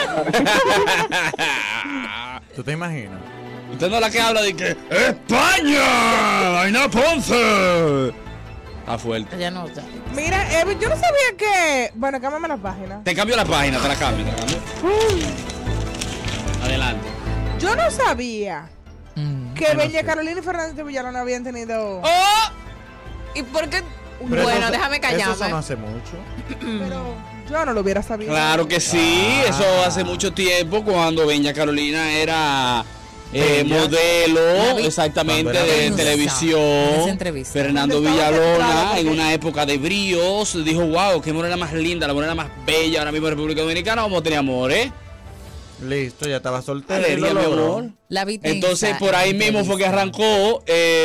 ¿Tú te imaginas? Usted no es la que habla de que ¡España! ¡Vaina Ponce! Está fuerte. Ya no está. Mira, yo no sabía que... Bueno, cámbiame la página. Te cambio la página, te la cambio. Adelante. Yo no sabía que Benja Carolina y Fernández de Villalona habían tenido... ¿Y por qué? Pero Bueno, eso- déjame callarme. Eso no hace mucho. Pero yo no lo hubiera sabido. Claro que sí, eso hace mucho tiempo cuando Benja Carolina era modelo exactamente Cuando era de Benja. televisión. En esa entrevista. Fernando Cuando estaba Villalona temprano, en porque- una época de bríos dijo, wow, qué morena más linda, la morena más bella ahora mismo en República Dominicana, vamos a tener amores. Listo, ya estaba soltero. y Alegría, lo mi logró. amor. La vi Entonces tensa por ahí en mismo fue que entrevista. arrancó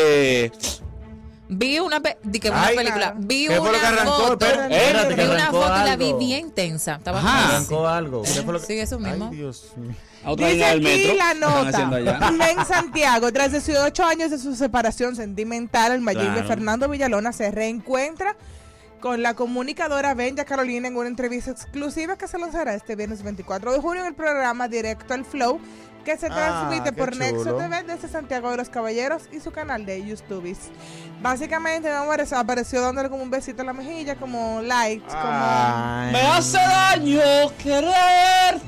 Vi una, una Ay, película. Vi ¿qué fue una lo que arrancó? foto. Espérate, que vi una arrancó foto y la vi algo. bien tensa. Estaba Ajá. Arrancó algo. ¿Qué fue lo que- Sí, eso mismo. Ay, Dios mío. a otra Dice línea del aquí metro. la ¿Qué están haciendo nota. allá? En Santiago, tras 18 años de su separación sentimental, el mayimbe Claro. Fernando Villalona se reencuentra con la comunicadora Benja Carolina en una entrevista exclusiva que se lanzará este viernes 24 de junio en el programa Directo al Flow, que se transmite qué por Nexo chulo. TV desde Santiago de los Caballeros y su canal de YouTube. Básicamente, mi amor, apareció dándole como un besito en la mejilla, como likes, como... Me hace daño querer.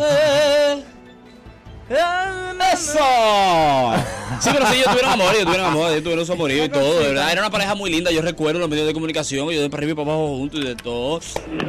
¡Eso! Sí, pero sí, ellos tuvieron amor, ellos tuvieron su amorío y todo, de verdad. Era una pareja muy linda, yo recuerdo los medios de comunicación, ellos de para arriba y para abajo juntos y de todo.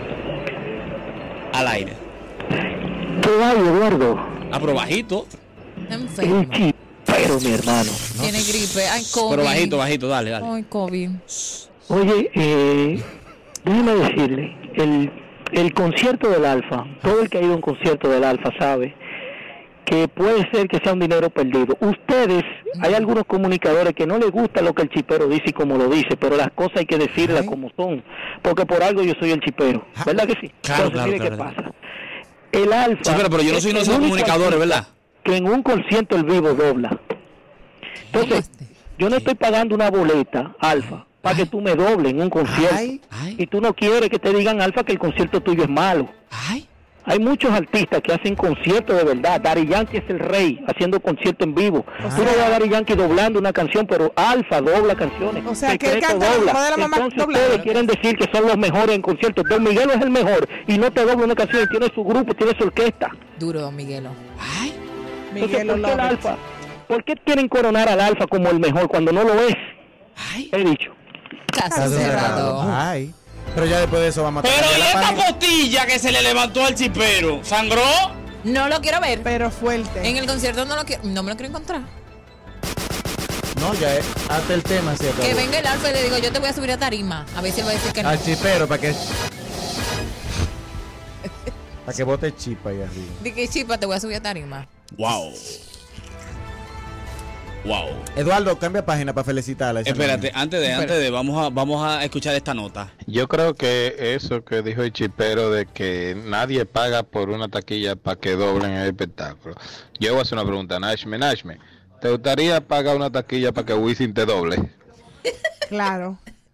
Al aire. ¿Qué hay, Eduardo? Ah, pero bajito. Enfermo. Un chipero, mi hermano. Tiene gripe. Ay, COVID. Pero bajito, dale. Ay, COVID. Oye, déjeme decirle, el concierto del Alfa, todo el que ha ido a un concierto del Alfa sabe que puede ser que sea un dinero perdido. Ustedes, hay algunos comunicadores que no les gusta lo que el chipero dice y como lo dice, pero las cosas hay que decirlas como son, porque por algo yo soy el chipero, ¿verdad que sí? Claro, Entonces, mire claro. qué pasa. El Alfa... Sí, pero yo no soy uno de es esos el único comunicadores, artista ¿verdad? que en un concierto el vivo dobla. Entonces, yo no estoy pagando una boleta, Alfa, para que tú me dobles en un concierto. Y tú no quieres que te digan, Alfa, que el concierto tuyo es malo. Hay muchos artistas que hacen conciertos de verdad. Daddy Yankee es el rey haciendo concierto en vivo. Tú no ves a Daddy Yankee doblando una canción, pero Alfa dobla canciones. O sea, que él Secreto canta la dobla. mamá de la mamá Entonces doblada. ustedes quieren decir que son los mejores en conciertos. Don Miguelo es el mejor y no te dobla una canción y tiene su grupo, tiene su orquesta. Duro, don Miguelo. Entonces, Miguelo ¿por qué el López. Alfa? ¿Por qué quieren coronar al Alfa como el mejor cuando no lo es? He dicho. Caso cerrado. Ay. Pero ya después de eso vamos a Pero cambiar ¿y la esta página. postilla que se le levantó al chipero? ¿Sangró? No lo quiero ver. Pero fuerte. En el concierto no me lo quiero encontrar. No, ya es. Hasta el tema se acabó. Que venga el Alfa y le digo, yo te voy a subir a tarima. A ver si él va a decir que no. Al chipero, para que. Para que bote chipa ahí arriba. Dije, chipa, te voy a subir a tarima. Wow. Wow. Eduardo, cambia página para felicitarla. a esa Espérate, niña. antes de, vamos a escuchar esta nota. Yo creo que eso que dijo el chipero de que nadie paga por una taquilla para que doblen el espectáculo. Yo voy a hacer una pregunta, Nashme, ¿te gustaría pagar una taquilla para que Wisin te doble? Claro.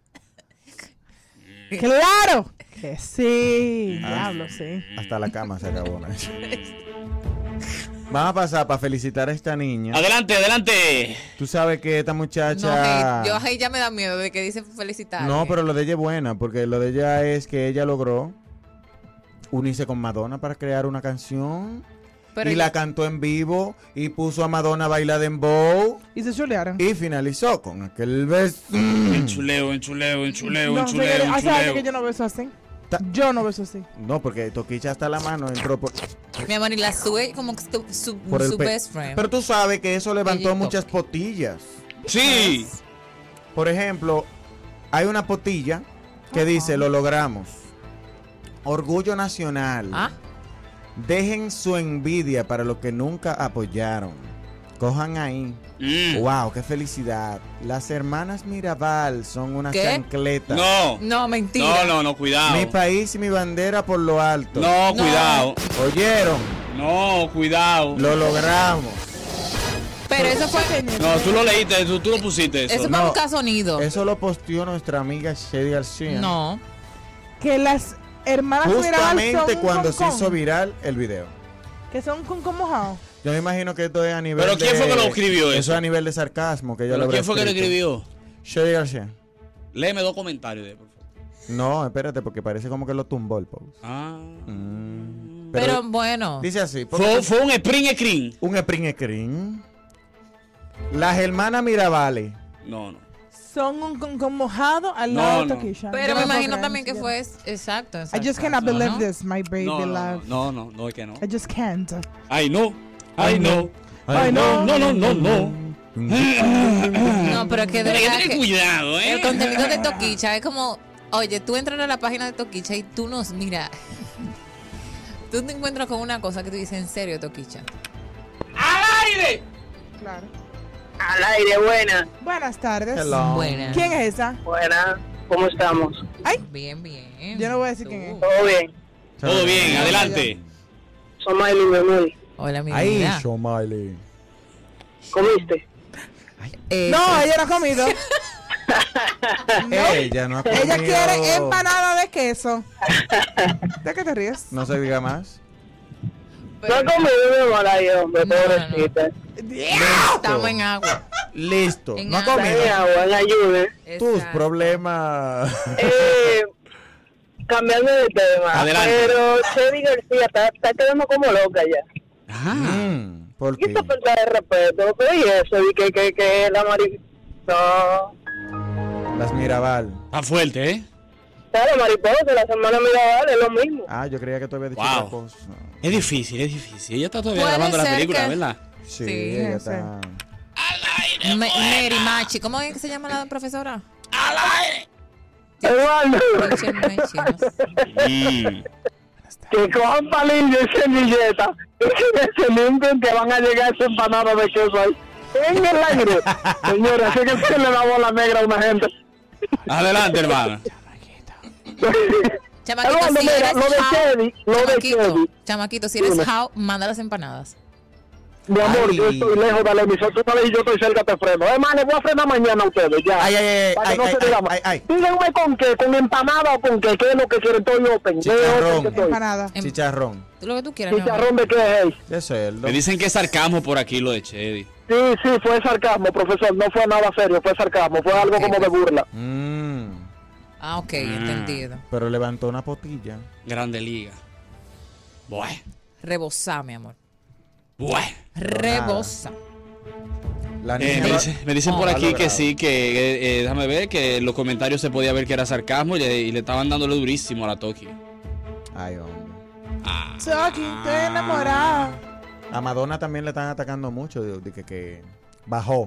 ¡Claro! Que sí. Diablo, sí. Hasta la cama se acabó, Nash. Vamos a pasar para felicitar a esta niña. Adelante. Tú sabes que esta muchacha... No, yo ahí ya me da miedo de que dice felicitar. No, pero lo de ella es buena, porque lo de ella es que ella logró unirse con Madonna para crear una canción. Pero y la cantó en vivo y puso a Madonna a bailar dembow. Y se chulearon. Y finalizó con aquel beso. Enchuleo. No, hace años que yo no beso así. Yo no beso así. No, porque Toquicha hasta la mano entró por... Mi amor, y la sube como su por el best friend. Pero tú sabes que eso levantó Ella muchas potillas. Sí. Por ejemplo, hay una potilla que dice, lo logramos. Orgullo nacional. Dejen su envidia para los que nunca apoyaron. Cojan ahí. Wow, qué felicidad. Las hermanas Mirabal son unas ¿Qué? chancletas. No, mentira. No, cuidado. Mi país y mi bandera por lo alto. No, cuidado. ¿Oyeron? No, cuidado. Lo logramos. Pero eso fue... No, tú lo leíste, tú lo pusiste eso. Eso fue un caso sonido. Eso lo posteó nuestra amiga Shady García. No. Que las hermanas Mirabal Justamente son cuando un se concón. hizo viral el video. Que son con mojado. Yo me imagino que esto es a nivel ¿Pero quién fue que lo escribió eso? Eso es a nivel de sarcasmo que ella lo ¿Pero habrá quién fue que lo escrito. escribió? Shady García. Léeme 2 comentarios de, por favor. No, espérate, porque parece como que lo tumbó el post. Pero bueno. Dice así. Fue un spring screen. Un spring screen. Las hermanas Mirabales No. Son un mojado al lado de Tokisha. Pero me imagino también que fue exacto. I just cannot believe this, my baby love. No, es que no. I just can't. I know. No. No, pero que de verdad Ten cuidado, el contenido de Toquicha es como, oye, tú entras a la página de Toquicha y tú mira, tú te encuentras con una cosa que tú dices, en serio, Toquicha. ¡Al aire! Claro. Al aire, buena. Buenas tardes. Hello. Buenas. ¿Quién es esa? Buenas. ¿Cómo estamos? Ay. Bien. Yo no voy a decir quién es. Todo bien. Todo bien, adelante. Soy Miley, mi amor. Hola, mi Ahí, vida. Miley. ¿Comiste? No, ella no ha comido. Ella no ha comido. Ella quiere empanada de queso. ¿De qué te ríes? No se diga más. No he comido, mi amor, ahí, hombre, pobrecita. Estamos en agua. Listo. En No ha agua. comido. En agua, en ayuda. Tus problemas. Cambiando de tema. Adelante. Pero Chevy García está quedando como loca ya. ¿Por ¿Qué qué? esta falta de respeto? Pero y eso, y que la no. Las Mirabal. Está fuerte, ¿eh? Claro, mariposa, las hermanas Mirabal es lo mismo. Ah, yo creía que tú habías dicho Wow. otra cosa. Es difícil. Ella está todavía Puede grabando la ser película, que- ¿verdad? Sí, Sí, ella sí. está. Mary Machi, ¿cómo es que se llama la profesora? ¡Al aire! Eduardo, Teacher Machi, no sé. que cojan palillo y semilleta, y se limpien que van a llegar esas empanadas de queso ahí. En el aire. Señora, así que se le da bola negra a una gente. Adelante, hermano. Chamaquito, Eduardo, si mira, eres lo de how, Chevy, chamaquito, si eres Dime. how, manda las empanadas. Mi amor, Ay. yo estoy lejos de la emisora, tú sabes, y yo estoy cerca, te freno. Hermano, voy a frenar mañana a ustedes, ya. Para que no se diga más. Díganme con qué, con empanada o con qué es lo que quieren, estoy open. Chicharrón. Empanada. Chicharrón. Lo que tú quieras. mi amor. ¿Chicharrón de qué es? De cerdo. Me dicen que es sarcasmo por aquí lo de Chevy. Sí, fue sarcasmo, profesor, no fue nada serio, fue sarcasmo, fue algo como de burla. Ah, ok, entendido. Pero levantó una potilla. Grande liga. Bueno. Rebosá, mi amor. Bueno. Rebosa. La me dicen por aquí que sí, que déjame ver, que en los comentarios se podía ver que era sarcasmo y le estaban dándole durísimo a la Toki. Ay, hombre. Toki, estoy enamorada. A Madonna también le están atacando mucho de que bajó.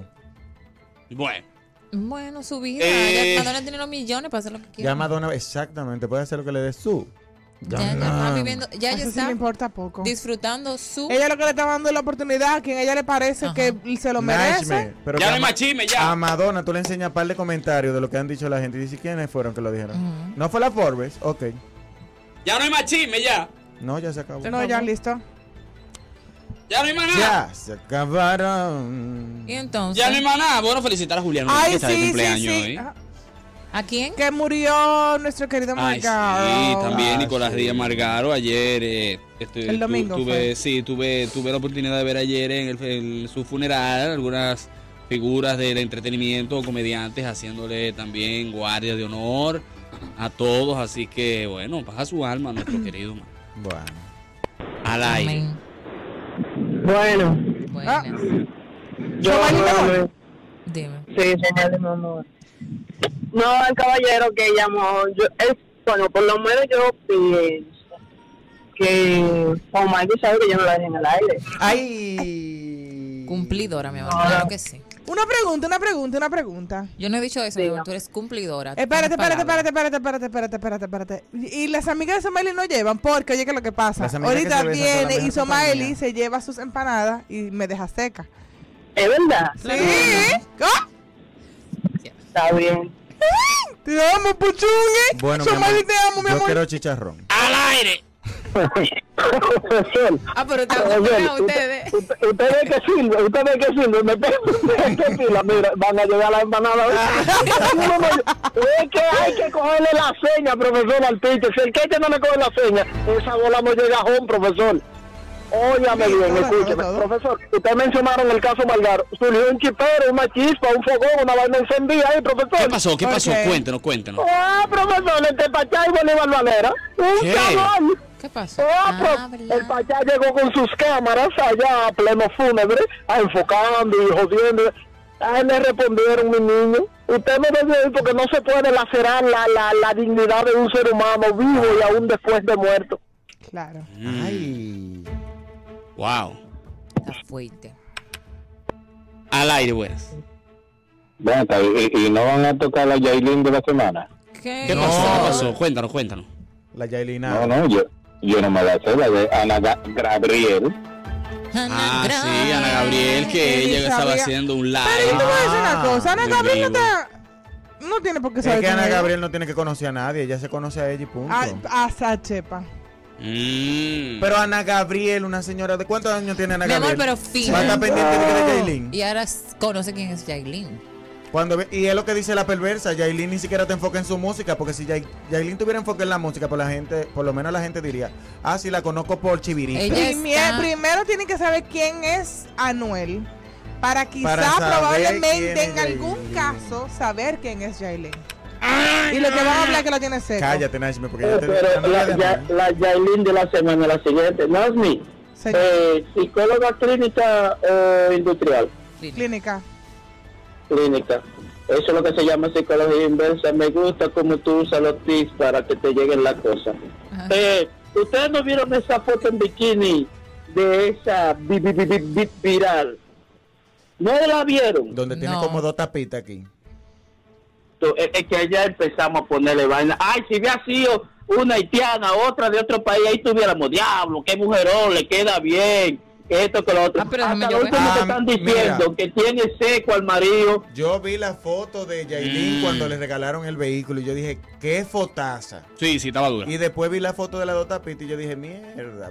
Bueno, su vida. Eh, Ya Madonna tiene los millones para hacer lo que quiera. Ya Madonna, exactamente, puede hacer lo que le dé su. Ya está viviendo, ya Eso sí está le importa poco. disfrutando su. Ella lo que le está dando es la oportunidad a quien ella le parece que se lo merece. Nachme, pero Ya que no hay machisme, ya. A Madonna tú le enseñas un par de comentarios de lo que han dicho la gente y dices quiénes fueron que lo dijeron. ¿No fue la Forbes? Ok. Ya no hay machisme, ya. No, ya se acabó. No, ya listo. Ya no hay más nada. Ya se acabaron. Y entonces. Ya no hay más nada. Bueno, felicitar a Julián Rodríguez, Ay, que está de sí, cumpleaños sí, sí. hoy. Ajá. ¿A quién? Que murió nuestro querido Ay, Margaro. sí, también Nicolás Díaz Margaro. Ayer El domingo tuve la oportunidad de ver ayer en su funeral algunas figuras del entretenimiento, comediantes, haciéndole también guardia de honor a todos. Así que, bueno, baja su alma a nuestro querido man. Bueno. Al aire. Bueno. Buenas. Dime. Sí, señor, mi amor. No, el caballero que llamó, bueno, por lo menos yo pienso que Omar sabe que yo no la dejé en el aire. Ay. Cumplidora, mi amor. Claro que sí. Una pregunta. Yo no he dicho eso, mi amor, tú eres cumplidora. Espérate. Espérate. Y las amigas de Somaili no llevan, porque oye que lo que pasa. Las amigas Ahorita que se besan con la viene y mejor Somaili compañía. se lleva sus empanadas y me deja seca. ¿Es verdad? Sí. ¿Ah? Está bien. Te amo, Puchungue. Bueno, mi Somaili, amor, te amo, mi yo amor. quiero chicharrón. ¡Al aire! Profesor. Pero están Profesor, ustedes. Ustedes que sirven, me pegan que pila, mira, van a llegar las empanadas. Es que hay que cogerle la seña, profesor, al teacher. Si el teacher no le coge la seña, esa bola no llega a home, profesor. Óyame bien, escúcheme. Profesor, ustedes mencionaron el caso Margaro. Surgió un chipero, una chispa, un fogón, una vaina encendida ahí, profesor. ¿Qué pasó? Cuéntenos. Profesor, el Pachá y Bolívar Valera. ¿Qué? Cabrón. ¿Qué pasó? El Pachá llegó con sus cámaras allá a pleno fúnebre, enfocando y jodiendo. Ay, me respondieron, mi niño. Usted no debe ir porque no se puede lacerar la dignidad de un ser humano vivo y aún después de muerto. Claro. Ay. Wow. Está fuerte. Al aire, buenas. Ven, ¿y no van a tocar la Yailin de la semana? ¿Qué pasó? ¿Qué pasó? Cuéntanos. La Yailina. No, yo no me la sé, la de Ana Gabriel. Sí, Ana Gabriel, que ella estaba haciendo un live. Pero yo te voy a decir una cosa, Ana Gabriel no tiene por qué saber. Es que Ana Gabriel no tiene que conocer a nadie, ella se conoce a ella y punto. A Sachepa. Pero Ana Gabriel, una señora, ¿de cuántos años tiene Ana Gabriel? Mi amor, pero fin. Va a estar pendiente de Yailin. Y ahora conoce quién es Yailin. Y es lo que dice la perversa, Yailin ni siquiera te enfoca en su música, porque si Yailin tuviera enfoque en la música, pues la gente, por lo menos la gente diría, sí, la conozco por Chivirica. Primero tienen que saber quién es Anuel, para quizá probablemente en algún caso saber quién es Yailin. Y lo que van a hablar que lo tiene seco. Cállate, Nazmi, porque la Yailin de la semana, la siguiente. Nazmi, ¿psicóloga clínica o industrial? Clínica. Eso es lo que se llama psicología inversa. Me gusta cómo tú usas los tips para que te lleguen las cosas. ¿Ustedes no vieron esa foto en bikini de esa viral? ¿No la vieron? Donde tiene como 2 tapitas aquí. Es que allá empezamos a ponerle vaina. Ay, si hubiera sido una haitiana, otra de otro país, ahí tuviéramos, diablo, qué mujerón, le queda bien. Esto que lo otro. Hasta lo último que están diciendo, que tiene seco al marido. Yo vi la foto de Yailin cuando le regalaron el vehículo y yo dije, qué fotaza. Sí, estaba dura. Y después vi la foto de las 2 tapitas y yo dije, mierda.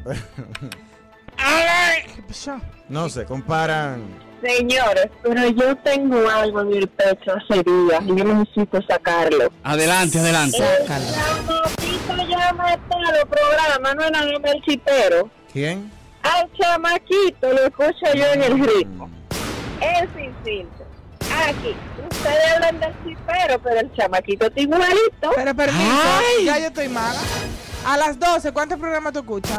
¿Qué pasó? No sé, comparan. Señores, pero yo tengo algo en el pecho hace días y yo necesito sacarlo. Adelante. Sácalo. Ya no está el programa, no era el chipero. ¿Quién? Al chamaquito lo escucho yo en el ritmo. Es sin filtro. Aquí, ustedes hablan del chipero, pero el chamaquito está igualito. Pero permiso, ya yo estoy mala. A las 12, ¿cuántos programas tú escuchas?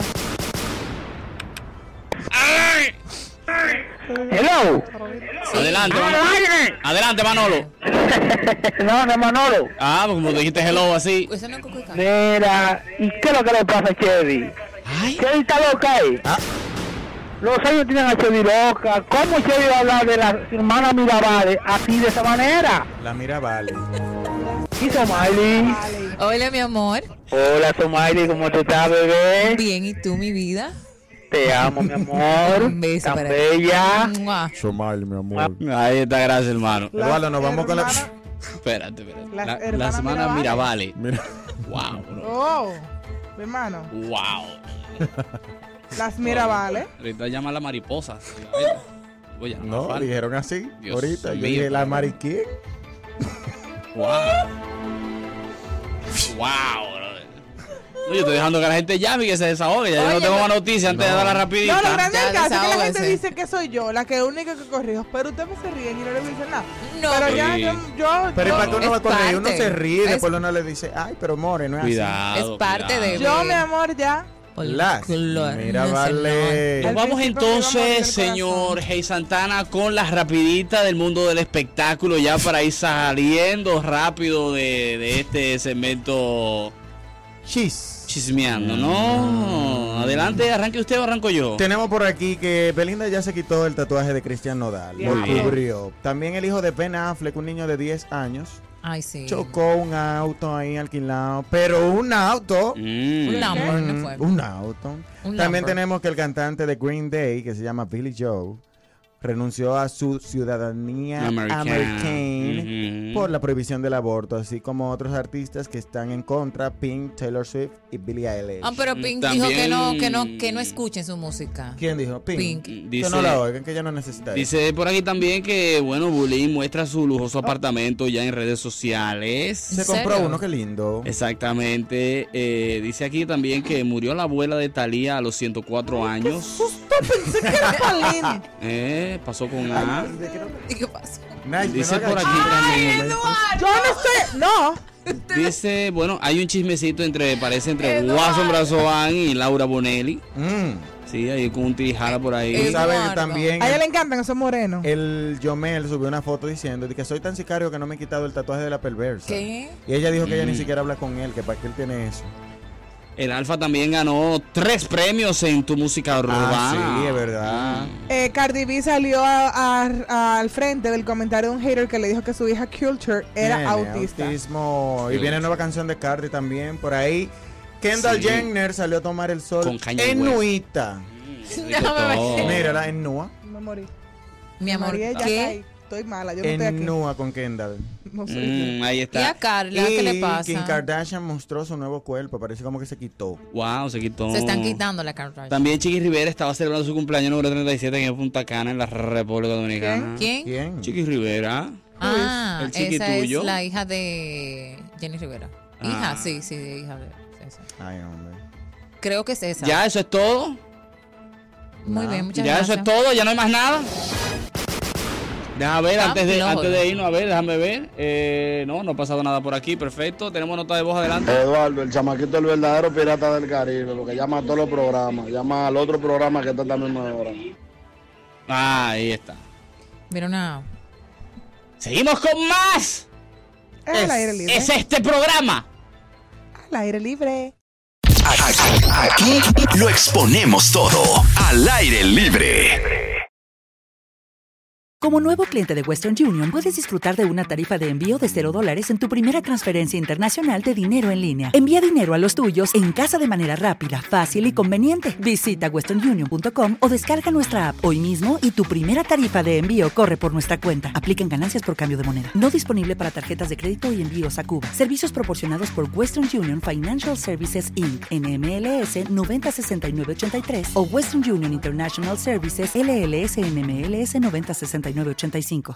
Hello. Adelante, Manolo. No, Manolo. Pues como dijiste hello así. Mira, ¿y qué es lo que le pasa a Chevy? Chevy está loca ahí. Los años tienen a Chevy loca. ¿Cómo Chevy va a hablar de la hermana Mirabales así de esa manera? La Mirabales. ¿Y Somaili? Hola, mi amor. Hola, Somaili, ¿cómo tú estás, bebé? Bien, ¿y tú, mi vida? Te amo, mi amor. Un beso tan bella. Somaili, mi amor. Ahí está, gracias, hermano. Eduardo, nos vamos con la... Espérate. La semana Mirabales. Wow, bro. Oh, mi hermano. Wow. Las Mirabales. Ahorita llama a la mariposa. No, dijeron así. Dios ahorita. mío, yo dije, ¿la mariquín? Wow, bro. No, yo estoy dejando que la gente llame y que se desahogue. Ya yo no tengo más noticias antes de dar la rapidita. No, lo grande del caso es que la gente dice que soy yo, la que única que corrijo. Pero ustedes se ríen y no le dicen nada. No, pero ya yo. Pero ¿para qué uno va a corregir? Uno se ríe y después uno le dice, ay, pero more, no es cuidado, así. Es parte de. Yo, mi amor, ya. Mira, vale. Nos vamos entonces, señor Hey Santana, con la rapidita del mundo del espectáculo, ya para ir saliendo rápido de este segmento chismeando, ¿no? Adelante, arranque usted o arranco yo. Tenemos por aquí que Belinda ya se quitó el tatuaje de Cristian Nodal. Lo cubrió. También el hijo de Ben Affleck, un niño de 10 años. Ay, sí. Chocó un auto ahí alquilado, pero un auto. Un Lambo, no fue. Un auto. También tenemos que el cantante de Green Day, que se llama Billy Joe, renunció a su ciudadanía americana por la prohibición del aborto, así como otros artistas que están en contra, Pink, Taylor Swift y Billie Eilish. Pero Pink dijo que no escuchen su música. ¿Quién dijo? Pink. Dice, que no la oigan, que ya no necesita. Dice por aquí también que, bueno, Bulín muestra su lujoso apartamento ya en redes sociales. Se compró uno, qué lindo. Exactamente. Dice aquí también que murió la abuela de Thalía a los 104 años. Pensé que era Talín. Pasó con A. ¿Y qué pasó? Dice por aquí también. Yo no estoy. No. Dice, bueno, hay un chismecito parece entre Watson Brazovan y Laura Bonelli. Sí, hay con un tijara por ahí. Tú sabes que también. A ella le encantan esos morenos. El Yomel subió una foto diciendo que soy tan sicario que no me he quitado el tatuaje de la perversa. ¿Qué? Y ella dijo que ella ni siquiera habla con él, que para qué él tiene eso. El Alfa también ganó 3 premios en Tu Música Urbana. Sí, es verdad. Cardi B salió al frente del comentario de un hater que le dijo que su hija Culture era autista. Autismo. Y viene nueva canción de Cardi también por ahí. Kendall Jenner salió a tomar el sol en Nuita. Mírala, en Nua. Me morí. Mi amor, ¿qué? Estoy mala, yo no estoy aquí. En Nua con Kendall. No sé. Ahí está. ¿Y a Carla qué le pasa? Kim Kardashian mostró su nuevo cuerpo, parece como que se quitó. Wow, se quitó. Se están quitando la Kardashian. También Chiqui Rivera estaba celebrando su cumpleaños número 37 en Punta Cana, en la República Dominicana. ¿Quién? Chiqui Rivera. Ah, el esa tuyo. es la hija de Jenny Rivera. Hija, sí, hija de esa. Ay, hombre. Creo que es esa. ¿Ya eso es todo? Muy bien, muchas ¿Ya gracias. eso es todo? ¿Ya no hay más nada? Déjame ver, antes de irnos, a ver, déjame ver. No ha pasado nada por aquí, perfecto. Tenemos nota de voz adelante. Eduardo, el chamaquito, el verdadero pirata del Caribe, lo que llama a todos los programas, llama al otro programa que está también ahora. Ahí está. Mira una... Seguimos con más. Al aire libre. Es este programa. Al aire libre. Aquí lo exponemos todo. Al aire libre. Como nuevo cliente de Western Union, puedes disfrutar de una tarifa de envío de $0 en tu primera transferencia internacional de dinero en línea. Envía dinero a los tuyos en casa de manera rápida, fácil y conveniente. Visita westernunion.com o descarga nuestra app hoy mismo y tu primera tarifa de envío corre por nuestra cuenta. Aplican ganancias por cambio de moneda. No disponible para tarjetas de crédito y envíos a Cuba. Servicios proporcionados por Western Union Financial Services Inc. NMLS 906983 o Western Union International Services LLS NMLS 906985.